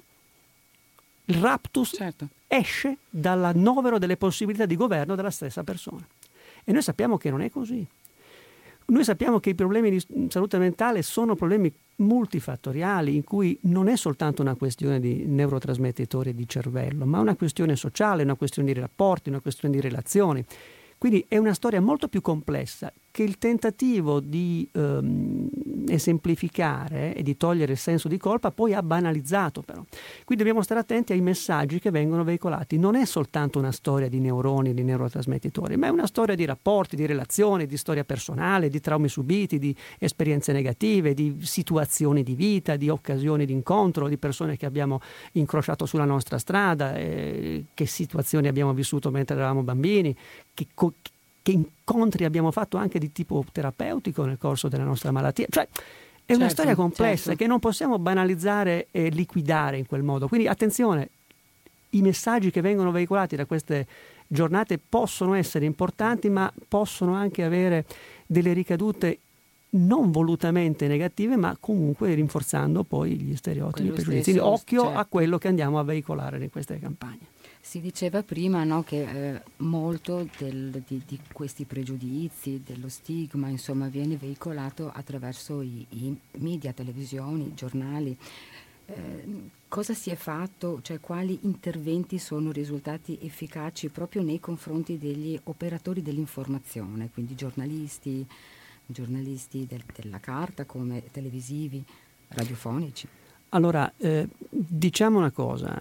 il raptus esce dal novero delle possibilità di governo della stessa persona. E noi sappiamo che non è così. Noi sappiamo che i problemi di salute mentale sono problemi multifattoriali, in cui non è soltanto una questione di neurotrasmettitori di cervello, ma una questione sociale, una questione di rapporti, una questione di relazioni. Quindi è una storia molto più complessa che il tentativo di esemplificare e di togliere il senso di colpa poi ha banalizzato però. Qui dobbiamo stare attenti ai messaggi che vengono veicolati. Non è soltanto una storia di neuroni, di neurotrasmettitori, ma è una storia di rapporti, di relazioni, di storia personale, di traumi subiti, di esperienze negative, di situazioni di vita, di occasioni di incontro, di persone che abbiamo incrociato sulla nostra strada, che situazioni abbiamo vissuto mentre eravamo bambini, che incontri abbiamo fatto anche di tipo terapeutico nel corso della nostra malattia. Cioè, è una storia complessa che non possiamo banalizzare e liquidare in quel modo. Quindi attenzione, i messaggi che vengono veicolati da queste giornate possono essere importanti, ma possono anche avere delle ricadute non volutamente negative, ma comunque rinforzando poi gli stereotipi e pregiudizi. Occhio a quello che andiamo a veicolare in queste campagne. Si diceva prima, no, che molto di questi pregiudizi, dello stigma, insomma, viene veicolato attraverso i media, televisioni, giornali. Cosa si è fatto, cioè quali interventi sono risultati efficaci proprio nei confronti degli operatori dell'informazione, quindi giornalisti della carta come televisivi, radiofonici? Allora, diciamo una cosa,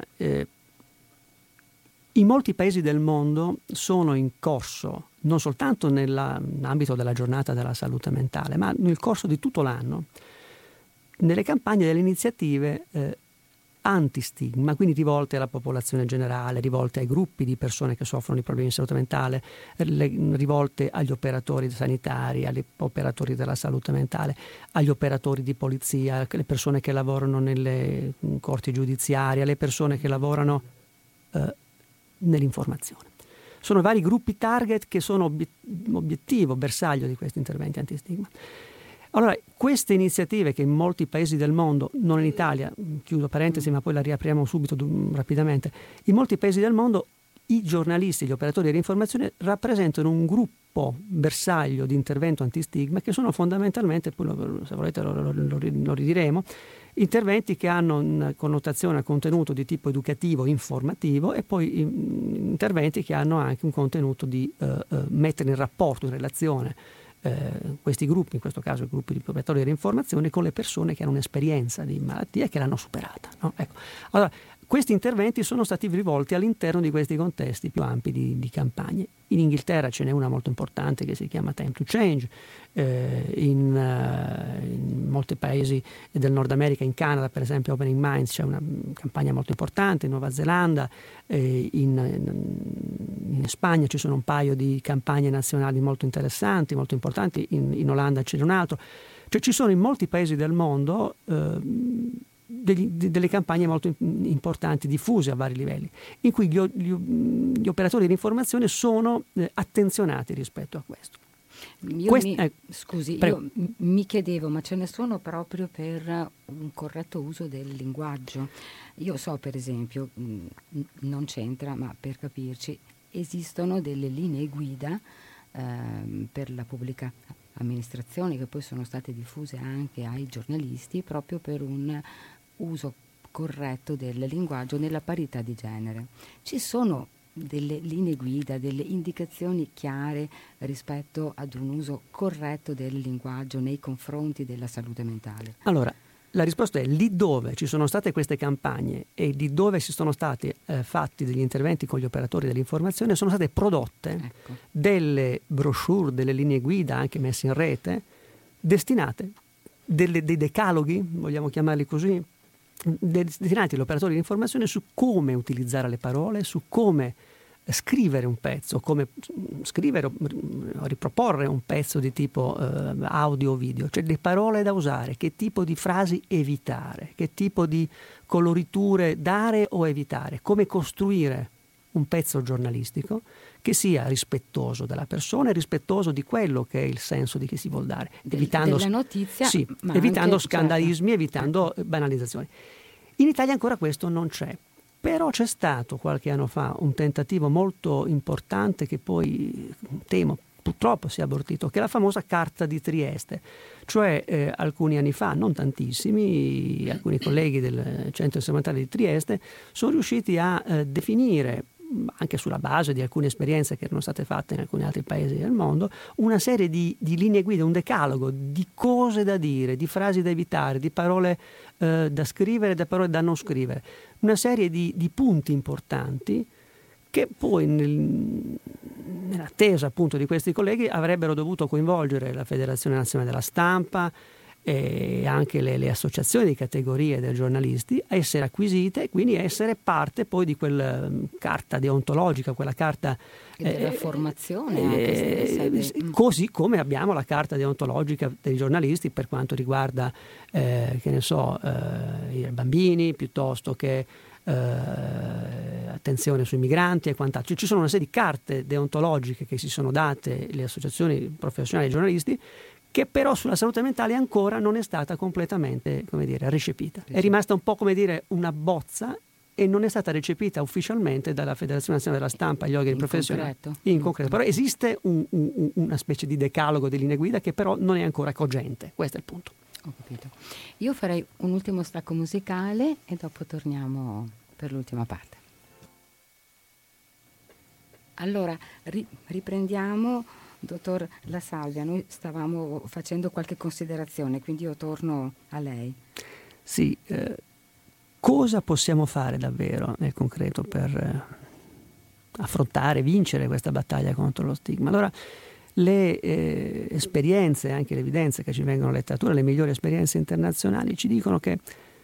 in molti paesi del mondo sono in corso, non soltanto nell'ambito della giornata della salute mentale, ma nel corso di tutto l'anno, nelle campagne delle iniziative antistigma, quindi rivolte alla popolazione generale, rivolte ai gruppi di persone che soffrono di problemi di salute mentale, rivolte agli operatori sanitari, agli operatori della salute mentale, agli operatori di polizia, alle persone che lavorano nelle corti giudiziarie, alle persone che lavorano nell'informazione. Sono vari gruppi target che sono obiettivo, bersaglio di questi interventi antistigma. Allora, queste iniziative che in molti paesi del mondo, non in Italia, chiudo parentesi ma poi la riapriamo subito rapidamente, in molti paesi del mondo i giornalisti, gli operatori dell'informazione rappresentano un gruppo bersaglio di intervento antistigma che sono fondamentalmente, poi se volete lo ridiremo, interventi che hanno una connotazione, un contenuto di tipo educativo, informativo, e poi interventi che hanno anche un contenuto di mettere in rapporto, in relazione questi gruppi, in questo caso i gruppi di operatori dell'informazione, con le persone che hanno un'esperienza di malattia e che l'hanno superata. No? Ecco. Allora, questi interventi sono stati rivolti all'interno di questi contesti più ampi di campagne. In Inghilterra ce n'è una molto importante che si chiama Time to Change, in molti paesi del Nord America, in Canada per esempio Opening Minds, c'è una campagna molto importante, in Nuova Zelanda, in Spagna ci sono un paio di campagne nazionali molto interessanti, molto importanti, in Olanda ce n'è un altro. Cioè ci sono in molti paesi del mondo delle campagne molto importanti, diffuse a vari livelli, in cui gli operatori dell'informazione sono attenzionati rispetto a questo. Io mi chiedevo, ma ce ne sono proprio per un corretto uso del linguaggio? Io so, per esempio, non c'entra, ma per capirci, esistono delle linee guida per la pubblica amministrazione che poi sono state diffuse anche ai giornalisti proprio per un uso corretto del linguaggio nella parità di genere. Ci sono delle linee guida, delle indicazioni chiare rispetto ad un uso corretto del linguaggio nei confronti della salute mentale? Allora, la risposta è: lì dove ci sono state queste campagne e lì dove si sono stati fatti degli interventi con gli operatori dell'informazione, sono state prodotte delle brochure, delle linee guida anche messe in rete, destinate, dei decaloghi, vogliamo chiamarli così, destinati agli operatori di informazione su come utilizzare le parole, su come scrivere un pezzo, come scrivere o riproporre un pezzo di tipo audio o video, cioè le parole da usare, che tipo di frasi evitare, che tipo di coloriture dare o evitare, come costruire un pezzo giornalistico che sia rispettoso della persona e rispettoso di quello che è il senso di che si vuol dare, evitando della notizia, sì, evitando anche, scandalismi, evitando banalizzazioni. In Italia ancora questo non c'è, però c'è stato qualche anno fa un tentativo molto importante che poi temo purtroppo si è abortito, che è la famosa Carta di Trieste, cioè alcuni anni fa, non tantissimi, alcuni colleghi del Centro Sperimentale di Trieste sono riusciti a definire anche sulla base di alcune esperienze che erano state fatte in alcuni altri paesi del mondo, una serie di linee guida, un decalogo di cose da dire, di frasi da evitare, di parole da scrivere, da parole da non scrivere, una serie di punti importanti che poi nell'attesa appunto di questi colleghi avrebbero dovuto coinvolgere la Federazione Nazionale della Stampa e anche le associazioni di categorie dei giornalisti, a essere acquisite e quindi essere parte poi di quella carta deontologica, quella carta della formazione anche stessa, così come abbiamo la carta deontologica dei giornalisti per quanto riguarda che ne so, i bambini, piuttosto che attenzione sui migranti e quant'altro. Ci sono una serie di carte deontologiche che si sono date le associazioni professionali dei giornalisti, che però sulla salute mentale ancora non è stata completamente, come dire, recepita. È rimasta un po', come dire, una bozza e non è stata recepita ufficialmente dalla Federazione Nazionale della Stampa e gli organi professionali. In concreto. Però esiste una specie di decalogo di linee guida che però non è ancora cogente. Questo è il punto. Ho capito. Io farei un ultimo stacco musicale e dopo torniamo per l'ultima parte. Allora, riprendiamo. Dottor La Salvia, noi stavamo facendo qualche considerazione, quindi io torno a lei. Sì, cosa possiamo fare davvero nel concreto per affrontare, vincere questa battaglia contro lo stigma? Allora, le esperienze, anche le evidenze che ci vengono dalla letteratura, le migliori esperienze internazionali ci dicono che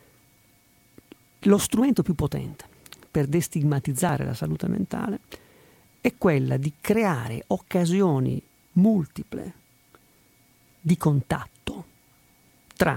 lo strumento più potente per destigmatizzare la salute mentale è quella di creare occasioni multiple di contatto tra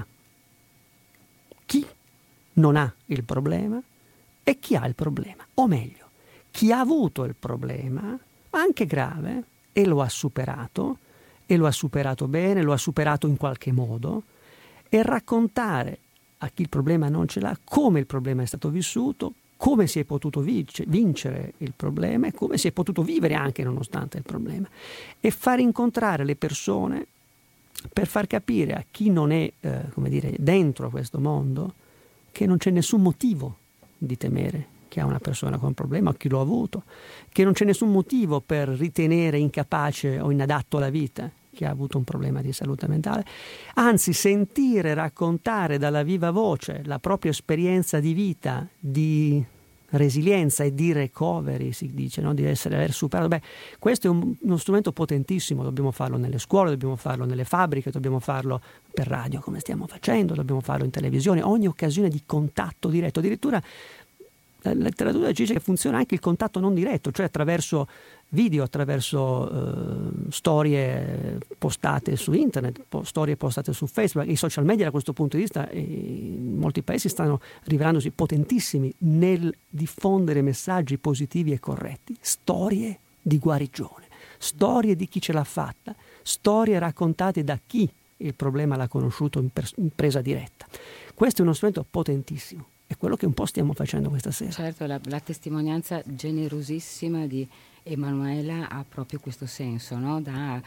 chi non ha il problema e chi ha il problema, o meglio, chi ha avuto il problema, anche grave, e lo ha superato bene, lo ha superato in qualche modo, e raccontare a chi il problema non ce l'ha come il problema è stato vissuto, come si è potuto vincere il problema e come si è potuto vivere anche nonostante il problema, e far incontrare le persone per far capire a chi non è come dire, dentro questo mondo che non c'è nessun motivo di temere che ha una persona con un problema o chi lo ha avuto, che non c'è nessun motivo per ritenere incapace o inadatto alla vita chi ha avuto un problema di salute mentale, anzi sentire raccontare dalla viva voce la propria esperienza di vita, di resilienza e di recovery, si dice, no? Di aver superato. Beh, questo è uno strumento potentissimo, dobbiamo farlo nelle scuole, dobbiamo farlo nelle fabbriche, dobbiamo farlo per radio come stiamo facendo, dobbiamo farlo in televisione, ogni occasione di contatto diretto. Addirittura la letteratura dice che funziona anche il contatto non diretto, cioè attraverso video, attraverso storie postate su internet, storie postate su Facebook. I social media da questo punto di vista in molti paesi stanno rivelandosi potentissimi nel diffondere messaggi positivi e corretti, storie di guarigione, storie di chi ce l'ha fatta, storie raccontate da chi il problema l'ha conosciuto in presa diretta. Questo è uno strumento potentissimo. È quello che un po' stiamo facendo questa sera. Certo, la testimonianza generosissima di Emanuela ha proprio questo senso, no? Da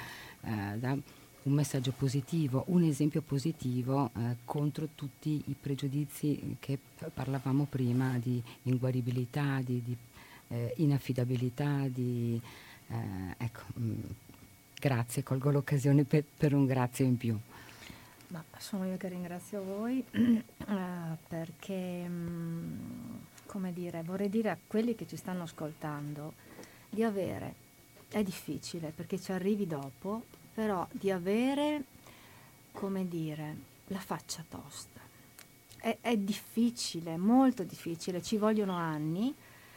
un messaggio positivo, un esempio positivo contro tutti i pregiudizi che parlavamo prima di inguaribilità, di inaffidabilità, ecco, grazie, colgo l'occasione per un grazie in più. Ma sono io che ringrazio voi perché, come dire, vorrei dire a quelli che ci stanno ascoltando di avere, è difficile perché ci arrivi dopo, però di avere, come dire, la faccia tosta. È difficile, molto difficile, ci vogliono anni,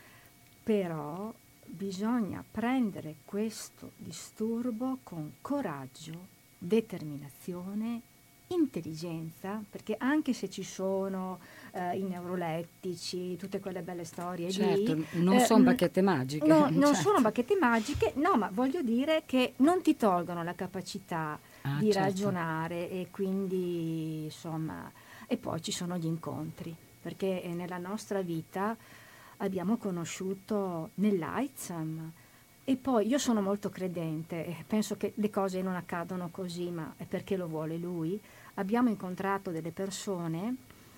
però bisogna prendere questo disturbo con coraggio, determinazione, intelligenza, perché anche se ci sono i neurolettici, tutte quelle belle storie certo, lì, non sono bacchette magiche. No, non certo. sono bacchette magiche, no, ma voglio dire che non ti tolgono la capacità di certo. ragionare e quindi insomma, e poi ci sono gli incontri, perché nella nostra vita abbiamo conosciuto nell'AIDS. E poi io sono molto credente, penso che le cose non accadono così, ma è perché lo vuole lui. Abbiamo incontrato delle persone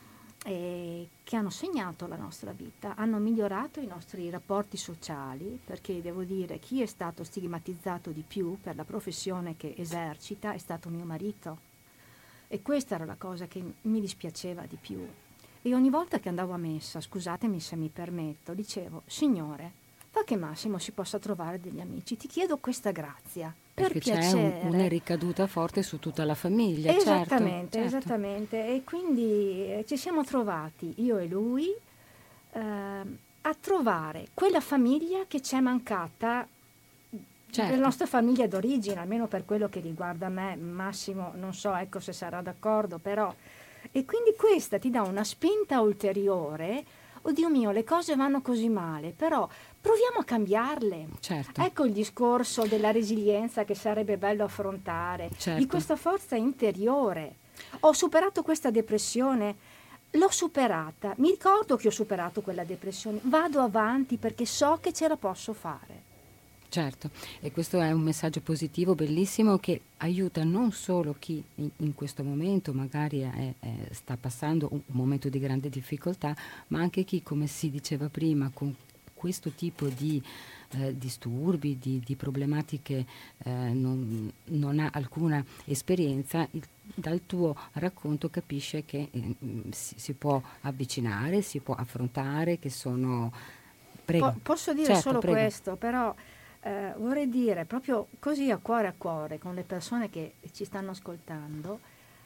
che hanno segnato la nostra vita, hanno migliorato i nostri rapporti sociali, perché devo dire chi è stato stigmatizzato di più per la professione che esercita è stato mio marito, e questa era la cosa che mi dispiaceva di più. E ogni volta che andavo a messa, scusatemi se mi permetto, dicevo: Signore, fa che Massimo si possa trovare degli amici, ti chiedo questa grazia. Perché c'è una ricaduta forte su tutta la famiglia. Esattamente, certo. Esattamente. E quindi ci siamo trovati, io e lui, a trovare quella famiglia che ci è mancata, la nostra famiglia d'origine, almeno per quello che riguarda me. Massimo non so, ecco, se sarà d'accordo, però. E quindi questa ti dà una spinta ulteriore. Oddio mio, le cose vanno così male, però proviamo a cambiarle. Certo. Ecco il discorso della resilienza che sarebbe bello affrontare, di questa forza interiore. Ho superato questa depressione, l'ho superata, mi ricordo che ho superato quella depressione, vado avanti perché so che ce la posso fare. Certo, e questo è un messaggio positivo, bellissimo, che aiuta non solo chi in questo momento magari sta passando un momento di grande difficoltà, ma anche chi, come si diceva prima, con questo tipo di disturbi, di problematiche, non ha alcuna esperienza. Dal tuo racconto capisce che si può avvicinare, si può affrontare, che sono... Prego. Posso dire solo questo, però... vorrei dire proprio così a cuore con le persone che ci stanno ascoltando,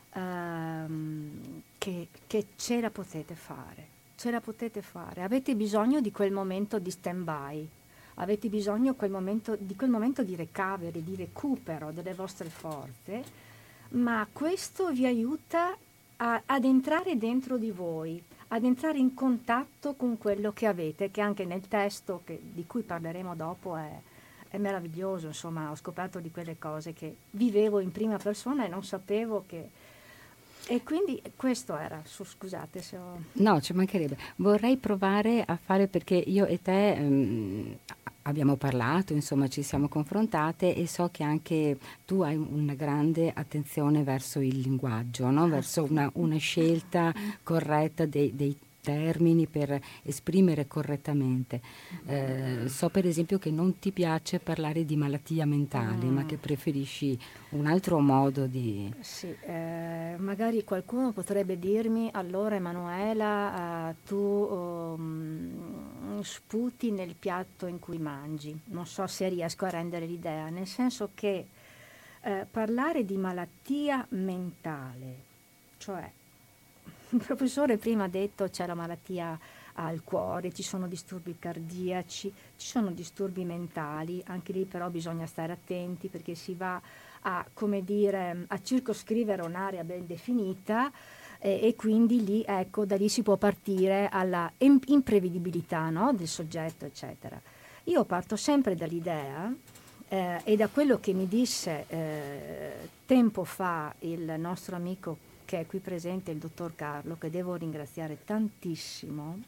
che ce la potete fare, avete bisogno di quel momento di stand-by, avete bisogno di quel momento di recovery, di recupero delle vostre forze, ma questo vi aiuta ad entrare dentro di voi, ad entrare in contatto con quello che avete, che anche nel testo di cui parleremo dopo è meraviglioso. Insomma, ho scoperto di quelle cose che vivevo in prima persona e non sapevo che... E quindi questo era, scusate se ho... No, ci mancherebbe. Vorrei provare a fare, perché io e te abbiamo parlato, insomma ci siamo confrontate, e so che anche tu hai una grande attenzione verso il linguaggio, no? Verso una scelta corretta dei termini per esprimere correttamente. So per esempio che non ti piace parlare di malattia mentale, ma che preferisci un altro modo di... Sì, magari qualcuno potrebbe dirmi: allora Emanuela, tu sputi nel piatto in cui mangi. Non so se riesco a rendere l'idea, nel senso che parlare di malattia mentale, cioè il professore prima ha detto c'è la malattia al cuore, ci sono disturbi cardiaci, ci sono disturbi mentali, anche lì però bisogna stare attenti perché si va a, come dire, a circoscrivere un'area ben definita e quindi lì, ecco, da lì si può partire alla imprevedibilità, no? Del soggetto, eccetera. Io parto sempre dall'idea e da quello che mi disse tempo fa il nostro amico che è qui presente, il dottor Carlo, che devo ringraziare tantissimo,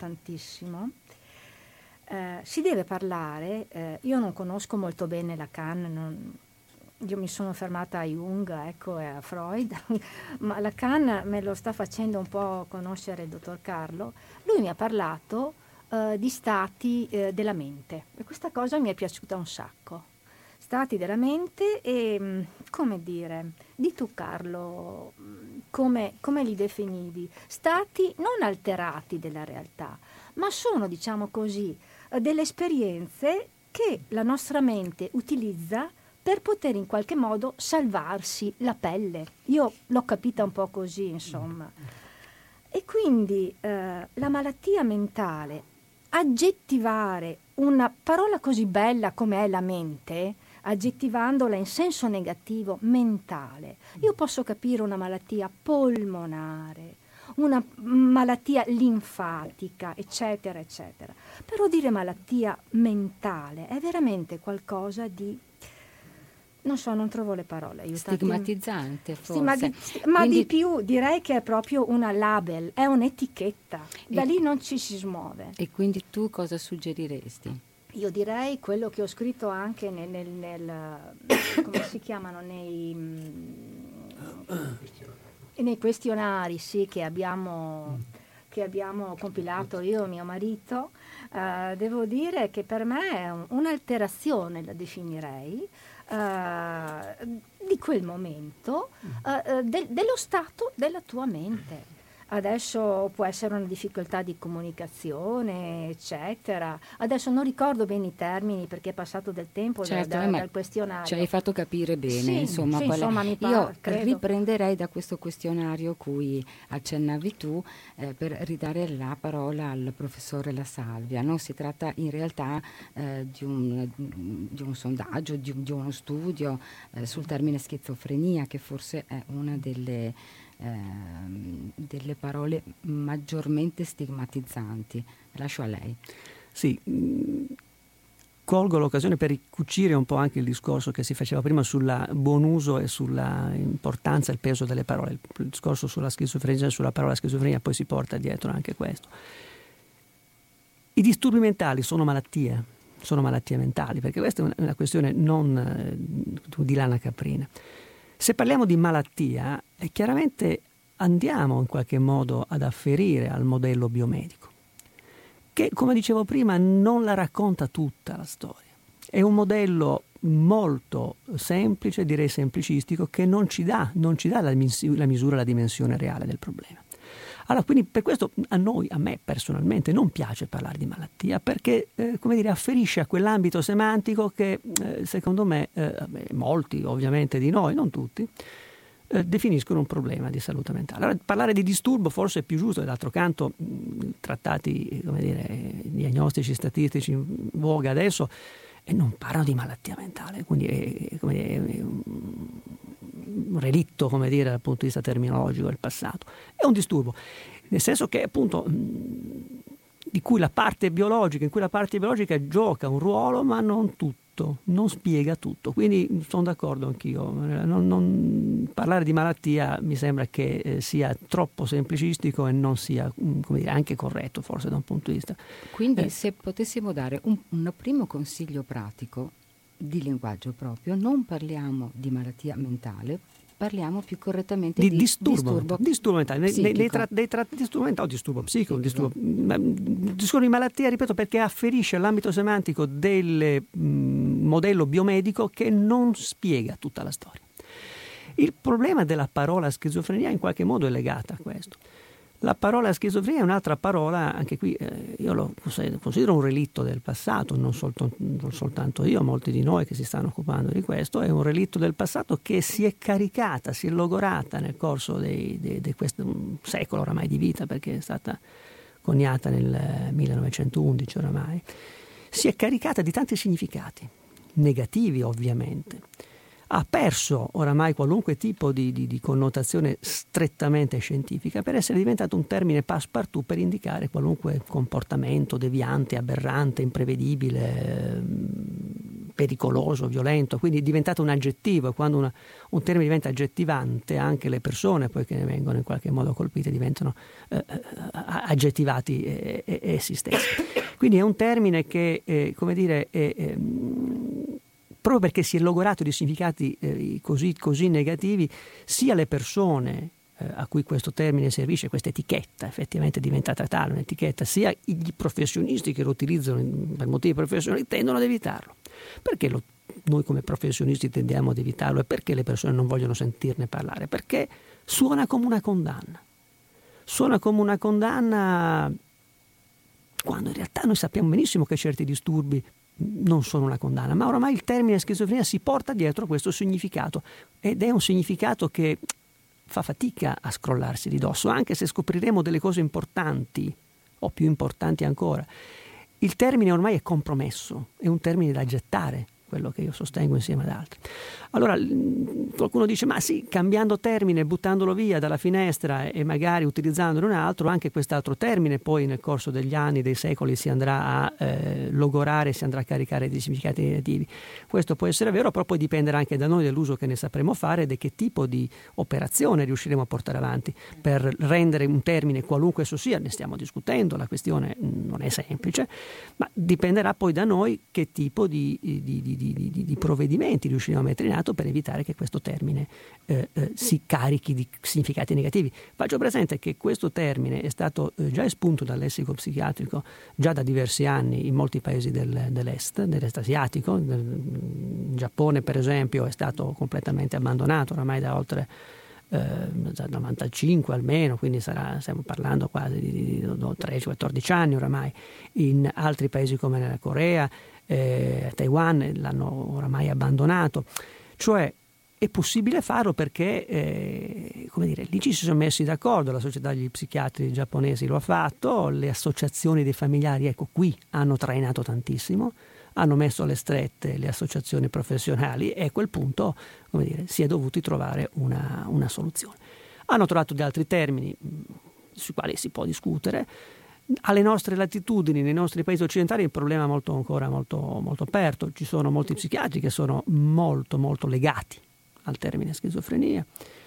si deve parlare, io non conosco molto bene Lacan, io mi sono fermata a Jung, ecco, e a Freud, ma Lacan me lo sta facendo un po' conoscere il dottor Carlo. Lui mi ha parlato di stati della mente, e questa cosa mi è piaciuta un sacco. Stati della mente e, come dire, di tu Carlo, come li definivi? Stati non alterati della realtà, ma sono, diciamo così, delle esperienze che la nostra mente utilizza per poter in qualche modo salvarsi la pelle. Io l'ho capita un po' così, insomma. E quindi la malattia mentale, aggettivare una parola così bella come è la mente, aggettivandola in senso negativo, mentale. Io posso capire una malattia polmonare, una malattia linfatica, eccetera, eccetera. Però dire malattia mentale è veramente qualcosa di... Non so, non trovo le parole. Aiutatemi. Stigmatizzante, forse. Ma quindi... di più, direi che è proprio una label, è un'etichetta. Da lì non ci si smuove. E quindi tu cosa suggeriresti? Io direi quello che ho scritto anche nel come si chiamano, nei questionari che abbiamo compilato io e mio marito, devo dire che per me è un'alterazione, la definirei, di quel momento, dello stato della tua mente. Adesso può essere una difficoltà di comunicazione, eccetera. Adesso non ricordo bene i termini perché è passato del tempo, certo, dal questionario. Ci hai fatto capire bene, sì, insomma. Sì, insomma io credo. riprenderei da questo questionario cui accennavi tu per ridare la parola al professore La Salvia. No? Si tratta in realtà di un sondaggio, di uno studio sul termine schizofrenia, che forse è una delle parole maggiormente stigmatizzanti. Lascio a lei. Sì, colgo l'occasione per ricucire un po' anche il discorso che si faceva prima sul buon uso e sulla importanza e il peso delle parole. Il discorso sulla schizofrenia, sulla parola schizofrenia, poi si porta dietro anche questo. I disturbi mentali sono malattie mentali, perché questa è una questione non di lana caprina. Se parliamo di malattia, chiaramente andiamo in qualche modo ad afferire al modello biomedico, che, come dicevo prima, non la racconta tutta la storia. È un modello molto semplice, direi semplicistico, che non ci dà la misura, la dimensione reale del problema. Allora, quindi per questo a me personalmente non piace parlare di malattia, perché afferisce a quell'ambito semantico che secondo me molti ovviamente di noi, non tutti, definiscono un problema di salute mentale. Allora, parlare di disturbo forse è più giusto, d'altro canto trattati diagnostici statistici in voga adesso e non parlano di malattia mentale, quindi è un relitto, dal punto di vista terminologico del passato. È un disturbo, nel senso che appunto in cui la parte biologica gioca un ruolo, ma non tutto, non spiega tutto. Quindi sono d'accordo anch'io. Non parlare di malattia mi sembra che sia troppo semplicistico e non sia anche corretto, forse, da un punto di vista. Quindi se potessimo dare un primo consiglio pratico di linguaggio proprio, non parliamo di malattia mentale, parliamo più correttamente di disturbo mentale, disturbo mentale o disturbo psichico, discorso di malattia, ripeto, perché afferisce all'ambito semantico del modello biomedico che non spiega tutta la storia. Il problema della parola schizofrenia in qualche modo è legata a questo. La parola schizofrenia è un'altra parola, anche qui io lo considero un relitto del passato, non soltanto io, molti di noi che si stanno occupando di questo, è un relitto del passato che si è caricata, si è logorata nel corso di questo secolo oramai di vita, perché è stata coniata nel 1911 oramai, si è caricata di tanti significati, negativi ovviamente. Ha perso oramai qualunque tipo di connotazione strettamente scientifica per essere diventato un termine passepartout per indicare qualunque comportamento deviante, aberrante, imprevedibile, pericoloso, violento. Quindi è diventato un aggettivo, e quando un termine diventa aggettivante, anche le persone poi che ne vengono in qualche modo colpite diventano aggettivati essi stessi. Quindi è un termine che proprio perché si è logorato di significati così negativi, sia le persone a cui questo termine servisce, questa etichetta effettivamente è diventata tale, un'etichetta, sia i professionisti che lo utilizzano per motivi professionali tendono ad evitarlo. Perché noi come professionisti tendiamo ad evitarlo e perché le persone non vogliono sentirne parlare? Perché suona come una condanna. Suona come una condanna quando in realtà noi sappiamo benissimo che certi disturbi non sono una condanna, ma oramai il termine schizofrenia si porta dietro questo significato ed è un significato che fa fatica a scrollarsi di dosso, anche se scopriremo delle cose importanti o più importanti ancora. Il termine ormai è compromesso, è un termine da gettare, quello che io sostengo insieme ad altri. Allora qualcuno dice, ma sì, cambiando termine, buttandolo via dalla finestra e magari utilizzandone un altro, anche quest'altro termine poi nel corso degli anni, dei secoli si andrà a logorare, si andrà a caricare di significati negativi. Questo può essere vero, però poi dipenderà anche da noi, dell'uso che ne sapremo fare e di che tipo di operazione riusciremo a portare avanti per rendere un termine, qualunque esso sia, ne stiamo discutendo, la questione non è semplice, ma dipenderà poi da noi che tipo di di provvedimenti riusciremo a mettere in atto per evitare che questo termine si carichi di significati negativi. Faccio presente che questo termine è stato già espunto dal lessico psichiatrico già da diversi anni in molti paesi dell'est asiatico. In Giappone, per esempio, è stato completamente abbandonato oramai da oltre 95 almeno, quindi stiamo parlando quasi di 13-14 anni oramai. In altri paesi come la Corea, Taiwan l'hanno oramai abbandonato. Cioè è possibile farlo perché lì ci si sono messi d'accordo, la società degli psichiatri giapponesi lo ha fatto, le associazioni dei familiari, ecco, qui hanno trainato tantissimo, hanno messo alle strette le associazioni professionali e a quel punto, si è dovuti trovare una soluzione. Hanno trovato gli altri termini sui quali si può discutere. Alle nostre latitudini, nei nostri paesi occidentali, il problema è ancora molto aperto. Ci sono molti psichiatri che sono molto legati al termine schizofrenia,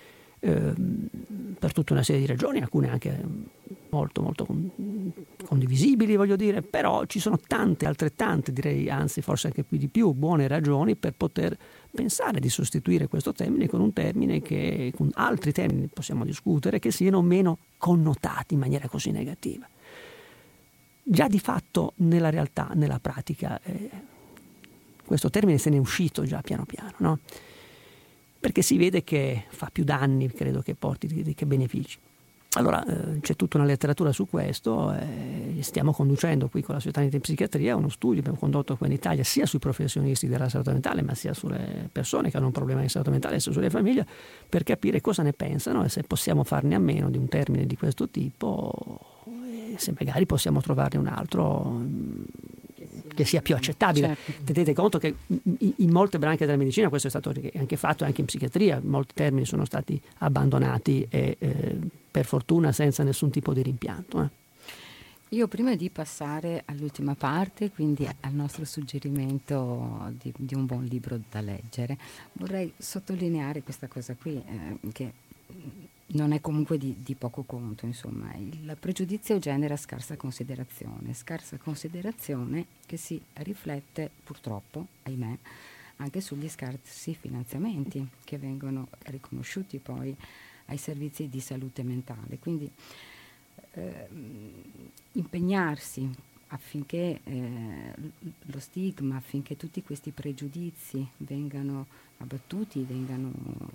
per tutta una serie di ragioni, alcune anche molto condivisibili, voglio dire, però ci sono tante, altrettante, direi, anzi forse anche più di più, buone ragioni per poter pensare di sostituire questo termine con un termine che, con altri termini possiamo discutere, che siano meno connotati in maniera così negativa. Già di fatto nella realtà, nella pratica, questo termine se n'è uscito già piano piano, no? Perché si vede che fa più danni, credo, che porti che benefici. Allora c'è tutta una letteratura su questo, stiamo conducendo qui con la Società di Psichiatria uno studio, abbiamo condotto qui in Italia sia sui professionisti della salute mentale, ma sia sulle persone che hanno un problema di salute mentale, sia sulle famiglie, per capire cosa ne pensano e se possiamo farne a meno di un termine di questo tipo, e se magari possiamo trovarne un altro che sia più accettabile. Certo. Tenete conto che in molte branche della medicina questo è stato anche fatto, anche in psichiatria, molti termini sono stati abbandonati e per fortuna senza nessun tipo di rimpianto. Io prima di passare all'ultima parte, quindi al nostro suggerimento di un buon libro da leggere, vorrei sottolineare questa cosa qui, che non è comunque di poco conto, insomma. Il pregiudizio genera scarsa considerazione che si riflette purtroppo, ahimè, anche sugli scarsi finanziamenti che vengono riconosciuti poi ai servizi di salute mentale. Quindi impegnarsi affinché lo stigma, affinché tutti questi pregiudizi vengano abbattuti, vengano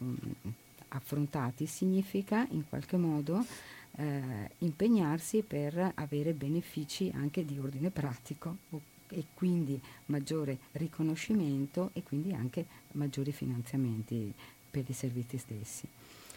affrontati, significa in qualche modo impegnarsi per avere benefici anche di ordine pratico e quindi maggiore riconoscimento e quindi anche maggiori finanziamenti per i servizi stessi.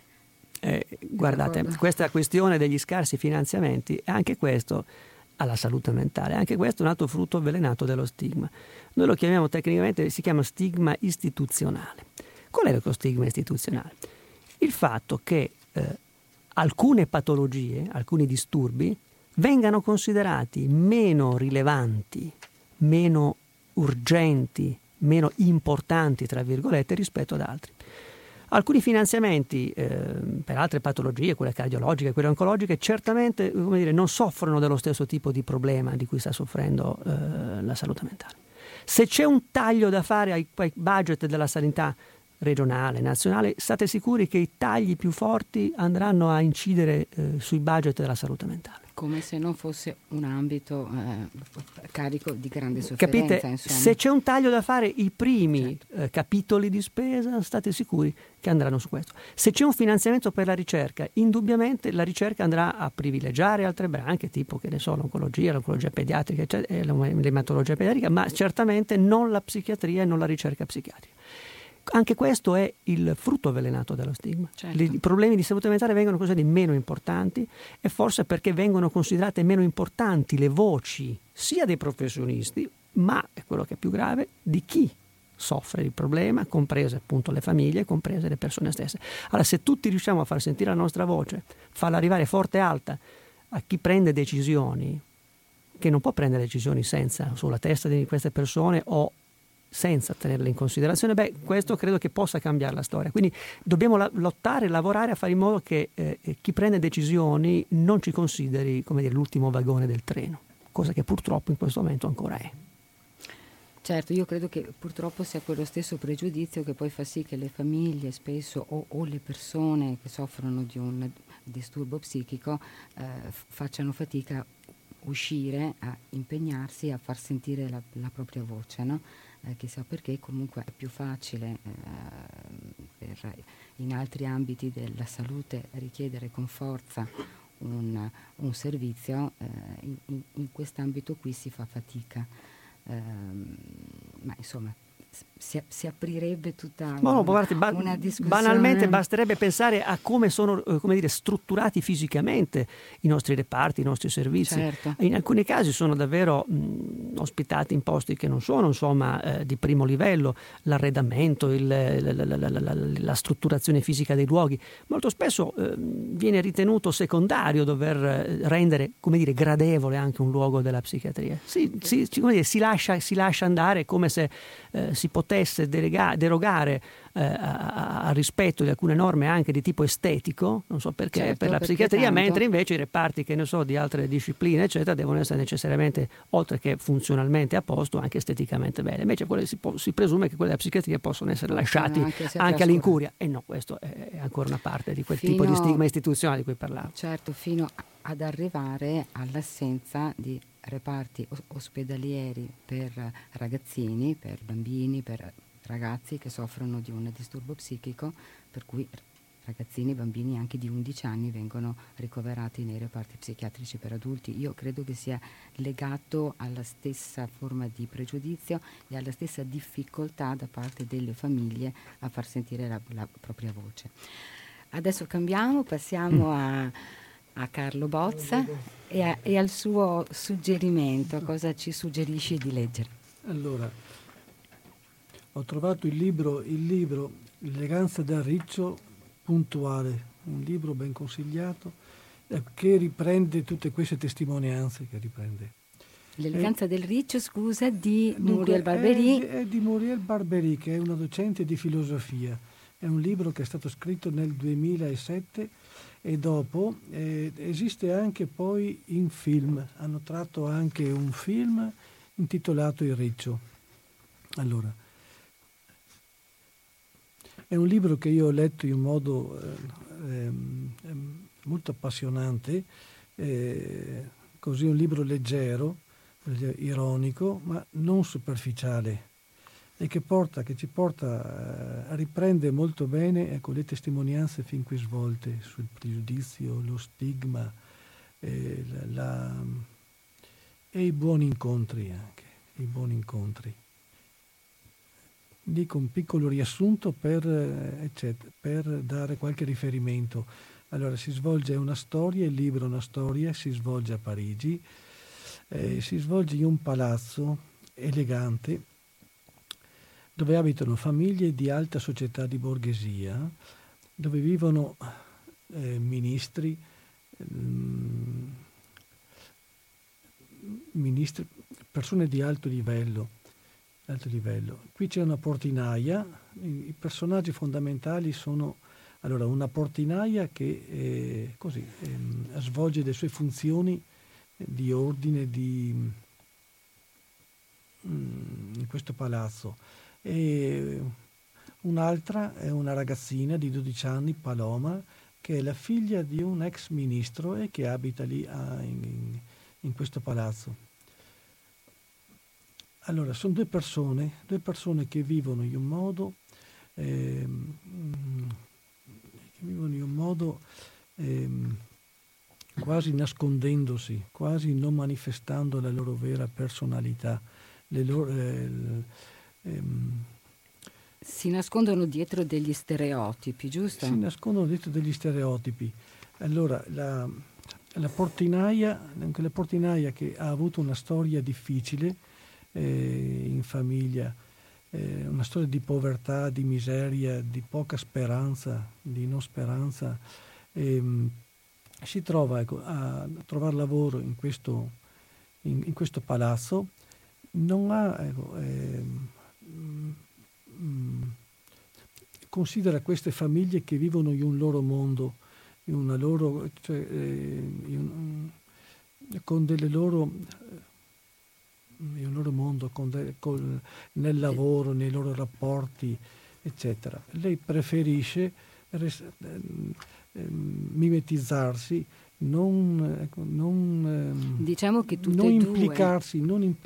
Guardate, questa questione degli scarsi finanziamenti, anche questo alla salute mentale, anche questo è un altro frutto avvelenato dello stigma. Noi lo chiamiamo tecnicamente, si chiama stigma istituzionale. Qual è lo stigma istituzionale? Il fatto che alcune patologie, alcuni disturbi vengano considerati meno rilevanti, meno urgenti, meno importanti, tra virgolette, rispetto ad altri. Alcuni finanziamenti per altre patologie, quelle cardiologiche, quelle oncologiche, certamente non soffrono dello stesso tipo di problema di cui sta soffrendo la salute mentale. Se c'è un taglio da fare ai budget della sanità regionale, nazionale, state sicuri che i tagli più forti andranno a incidere sui budget della salute mentale. Come se non fosse un ambito carico di grande sofferenza. Capite? Insomma. Se c'è un taglio da fare, i primi capitoli di spesa, state sicuri che andranno su questo. Se c'è un finanziamento per la ricerca, indubbiamente la ricerca andrà a privilegiare altre branche, tipo, che ne so, l'oncologia pediatrica, l'ematologia pediatrica, ma certamente non la psichiatria e non la ricerca psichiatrica. Anche questo è il frutto avvelenato dello stigma. Certo. I problemi di salute mentale vengono considerati meno importanti e forse perché vengono considerate meno importanti le voci sia dei professionisti, ma è quello che è più grave, di chi soffre il problema, comprese appunto le famiglie, comprese le persone stesse. Allora, se tutti riusciamo a far sentire la nostra voce, farla arrivare forte e alta a chi prende decisioni, che non può prendere decisioni senza sulla testa di queste persone o senza tenerle in considerazione, questo credo che possa cambiare la storia. Quindi dobbiamo lottare, lavorare a fare in modo che chi prende decisioni non ci consideri, l'ultimo vagone del treno, cosa che purtroppo in questo momento ancora è. Certo, io credo che purtroppo sia quello stesso pregiudizio che poi fa sì che le famiglie spesso o le persone che soffrono di un disturbo psichico facciano fatica a uscire, a impegnarsi, a far sentire la propria voce, no? Chissà perché comunque è più facile in altri ambiti della salute richiedere con forza un servizio, in quest'ambito qui si fa fatica. Ma insomma si aprirebbe tutta una discussione. Banalmente basterebbe pensare a come sono strutturati fisicamente i nostri reparti, i nostri servizi. Certo. In alcuni casi sono davvero ospitati in posti che non sono di primo livello, l'arredamento, la strutturazione fisica dei luoghi. Molto spesso viene ritenuto secondario dover rendere gradevole anche un luogo della psichiatria. Si lascia andare come se si potesse derogare al rispetto di alcune norme anche di tipo estetico, non so perché, certo, per la psichiatria, tanto. mentre invece i reparti di altre discipline eccetera devono essere necessariamente, oltre che funzionalmente a posto, anche esteticamente bene. Invece si presume che quelli della psichiatria possono essere lasciati anche all'incuria, e no, questo è ancora una parte di quel tipo di stigma istituzionale di cui parlavo. Certo, fino ad arrivare all'assenza di reparti ospedalieri per ragazzini, per bambini, per ragazzi che soffrono di un disturbo psichico, per cui ragazzini e bambini anche di 11 anni vengono ricoverati nei reparti psichiatrici per adulti. Io credo che sia legato alla stessa forma di pregiudizio e alla stessa difficoltà da parte delle famiglie a far sentire la propria voce. Adesso cambiamo, passiamo a Carlo Bozza e al suo suggerimento. Cosa ci suggerisci di leggere? Allora, ho trovato il libro L'eleganza del riccio puntuale, un libro ben consigliato che riprende tutte queste testimonianze L'eleganza del riccio, scusa, di Muriel Barbery. È di Muriel Barbery, che è una docente di filosofia. È un libro che è stato scritto nel 2007 e dopo esiste anche poi in film. Hanno tratto anche un film intitolato Il riccio. Allora, è un libro che io ho letto in modo molto appassionante, così un libro leggero, ironico, ma non superficiale, e che ci porta a riprendere molto bene le testimonianze fin qui svolte sul pregiudizio, lo stigma e i buoni incontri anche, i buoni incontri. Dico un piccolo riassunto per dare qualche riferimento. Allora, il libro è una storia, si svolge a Parigi, si svolge in un palazzo elegante dove abitano famiglie di alta società di borghesia, dove vivono ministri, persone di alto livello. Qui c'è una portinaia, i personaggi fondamentali sono una portinaia che svolge le sue funzioni di ordine in questo palazzo, e un'altra è una ragazzina di 12 anni, Paloma, che è la figlia di un ex ministro e che abita lì in questo palazzo. Allora, sono due persone che vivono in un modo quasi nascondendosi, quasi non manifestando la loro vera personalità. Si nascondono dietro degli stereotipi, giusto? Si nascondono dietro degli stereotipi. Allora, la portinaia che ha avuto una storia difficile in famiglia, una storia di povertà, di miseria, di poca speranza, di non speranza, si trova a trovare lavoro in questo palazzo. Non ha considera queste famiglie che vivono in un loro mondo, in una loro, con delle loro il loro mondo, nel lavoro, nei loro rapporti, eccetera. Lei preferisce mimetizzarsi, diciamo che tutte non e implicarsi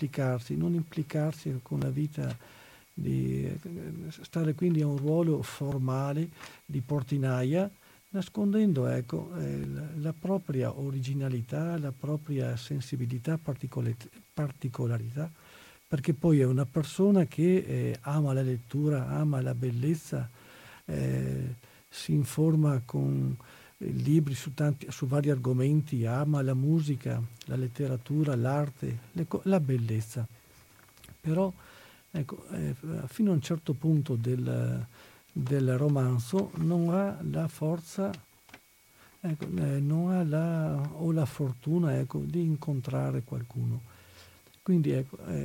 con la vita, stare quindi a un ruolo formale di portinaia, nascondendo la propria originalità, la propria sensibilità, particolarità, perché poi è una persona che ama la lettura, ama la bellezza, si informa con libri su vari argomenti, ama la musica, la letteratura, l'arte, la bellezza. Però fino a un certo punto del romanzo non ha la forza, non ha la fortuna di incontrare qualcuno. Quindi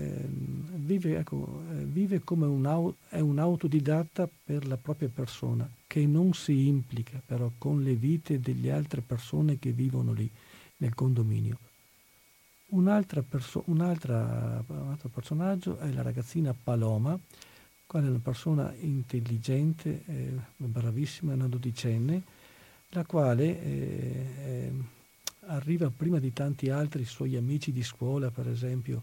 vive come è un autodidatta per la propria persona, che non si implica però con le vite delle altre persone che vivono lì nel condominio. Un altro personaggio è la ragazzina Paloma, quale è una persona intelligente, bravissima, una dodicenne, la quale arriva prima di tanti altri suoi amici di scuola, per esempio,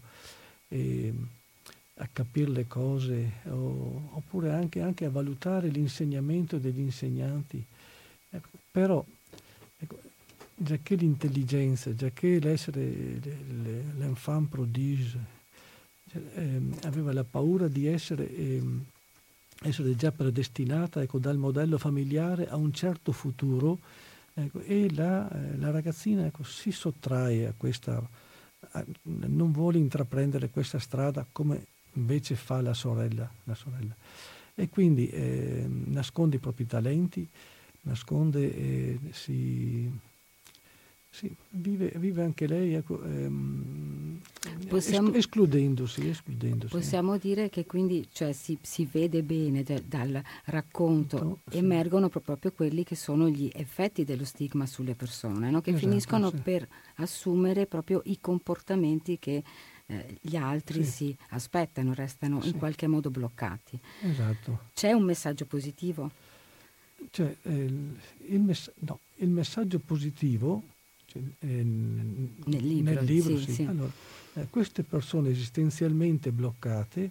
a capire le cose, oppure anche a valutare l'insegnamento degli insegnanti. Però, giacché l'intelligenza, giacché l'essere l'enfant prodige, aveva la paura di essere già predestinata dal modello familiare a un certo futuro, e la ragazzina si sottrae a questa, non vuole intraprendere questa strada come invece fa la sorella. E quindi nasconde i propri talenti, vive anche lei escludendosi. Possiamo dire che quindi si vede bene dal racconto, emergono proprio quelli che sono gli effetti dello stigma sulle persone, no? Che finiscono per assumere proprio i comportamenti che gli altri si aspettano, restano in qualche modo bloccati. Esatto. C'è un messaggio positivo? Il messaggio positivo nel libro, sì. Allora, queste persone esistenzialmente bloccate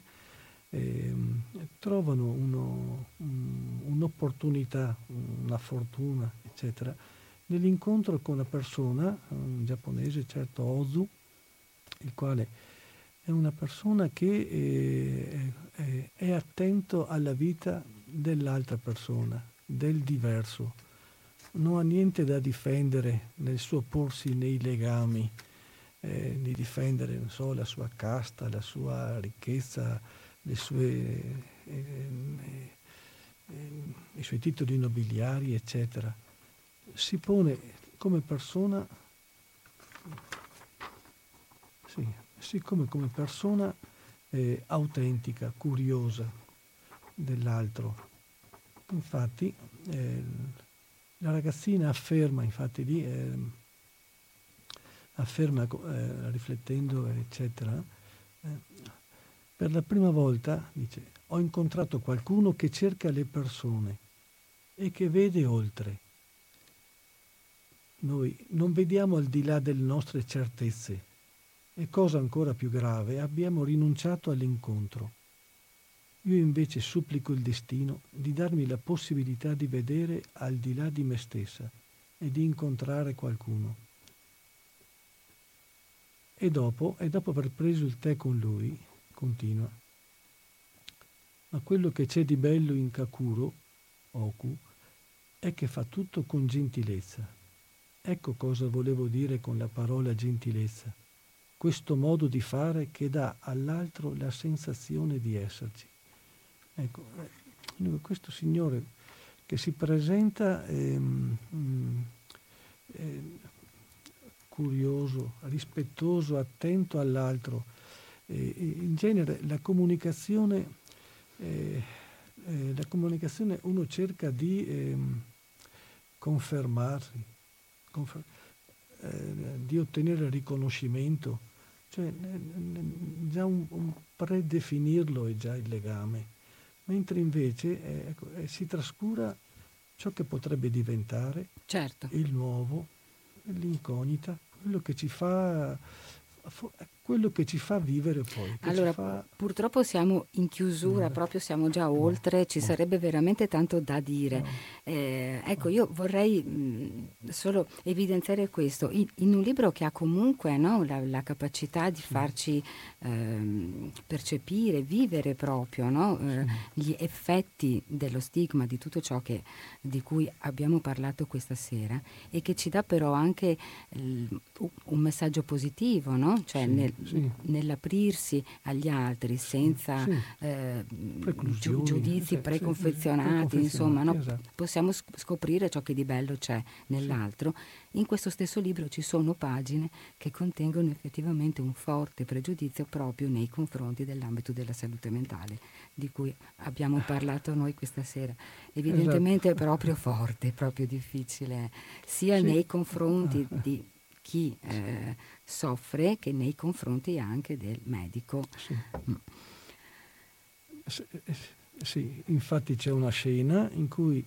trovano un'opportunità, una fortuna, eccetera, nell'incontro con una persona, un giapponese, certo Ozu, il quale è una persona che è attento alla vita dell'altra persona, del diverso. Non ha niente da difendere nel suo porsi nei legami, di difendere, non so, la sua casta, la sua ricchezza, i suoi titoli nobiliari, eccetera. Si pone come persona, come persona autentica, curiosa dell'altro. Infatti, la ragazzina afferma, riflettendo, eccetera, per la prima volta dice: ho incontrato qualcuno che cerca le persone e che vede oltre. Noi non vediamo al di là delle nostre certezze e, cosa ancora più grave, abbiamo rinunciato all'incontro. Io invece supplico il destino di darmi la possibilità di vedere al di là di me stessa e di incontrare qualcuno. E dopo aver preso il tè con lui, continua: ma quello che c'è di bello in Kakuro, Oku, è che fa tutto con gentilezza. Ecco cosa volevo dire con la parola gentilezza. Questo modo di fare che dà all'altro la sensazione di esserci. Ecco, questo signore che si presenta curioso, rispettoso, attento all'altro. In genere la comunicazione uno cerca di confermarsi, di ottenere riconoscimento, Cioè, già un predefinirlo è già il legame, mentre invece si trascura ciò che potrebbe diventare, certo, il nuovo, l'incognita, quello che ci fa vivere poi. Allora, purtroppo siamo in chiusura, proprio siamo già oltre, ci sarebbe veramente tanto da dire. Ecco, io vorrei solo evidenziare questo, in un libro che ha comunque, no, la capacità di farci percepire, vivere proprio, no, gli effetti dello stigma, di tutto ciò di cui abbiamo parlato questa sera, e che ci dà però anche un messaggio positivo, no? Cioè nell'aprirsi agli altri senza giudizi preconfezionati, insomma, no? Esatto. Possiamo scoprire ciò che di bello c'è nell'altro. In questo stesso libro ci sono pagine che contengono effettivamente un forte pregiudizio proprio nei confronti dell'ambito della salute mentale, di cui abbiamo parlato noi questa sera. Evidentemente è proprio forte, proprio difficile, sia nei confronti di chi soffre che nei confronti anche del medico. Sì, infatti c'è una scena in cui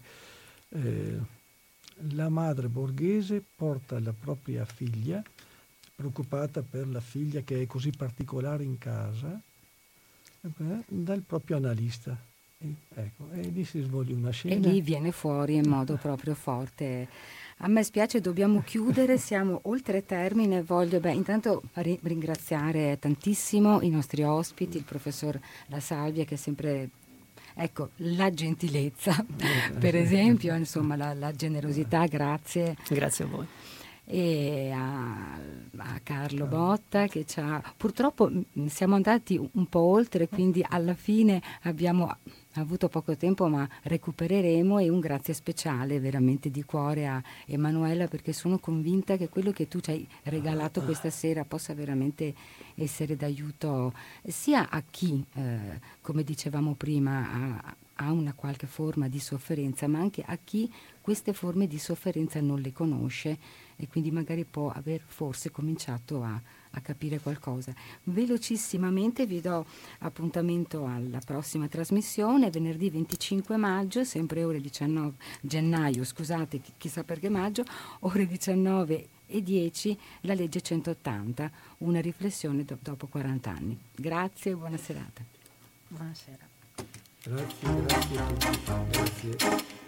la madre borghese porta la propria figlia, preoccupata per la figlia che è così particolare in casa, dal proprio analista. E lì si svolge una scena. E lì viene fuori in modo proprio forte. A me spiace, dobbiamo chiudere, siamo oltre termine. Voglio intanto ringraziare tantissimo i nostri ospiti, il professor La Salvia, che è sempre... Ecco, la gentilezza, per esempio, insomma, la generosità, grazie. Grazie a voi. E a Carlo Botta, che purtroppo siamo andati un po' oltre, quindi alla fine abbiamo avuto poco tempo, ma recupereremo, e un grazie speciale veramente di cuore a Emanuela, perché sono convinta che quello che tu ci hai regalato questa sera possa veramente essere d'aiuto sia a chi, come dicevamo prima, ha una qualche forma di sofferenza, ma anche a chi queste forme di sofferenza non le conosce e quindi magari può aver forse cominciato a capire qualcosa. Velocissimamente vi do appuntamento alla prossima trasmissione, venerdì 25 maggio, sempre ore 19, gennaio, scusate, chissà perché maggio, ore 19:10, la legge 180, una riflessione dopo 40 anni. Grazie e buona serata. Buonasera. Grazie a tutti. Grazie.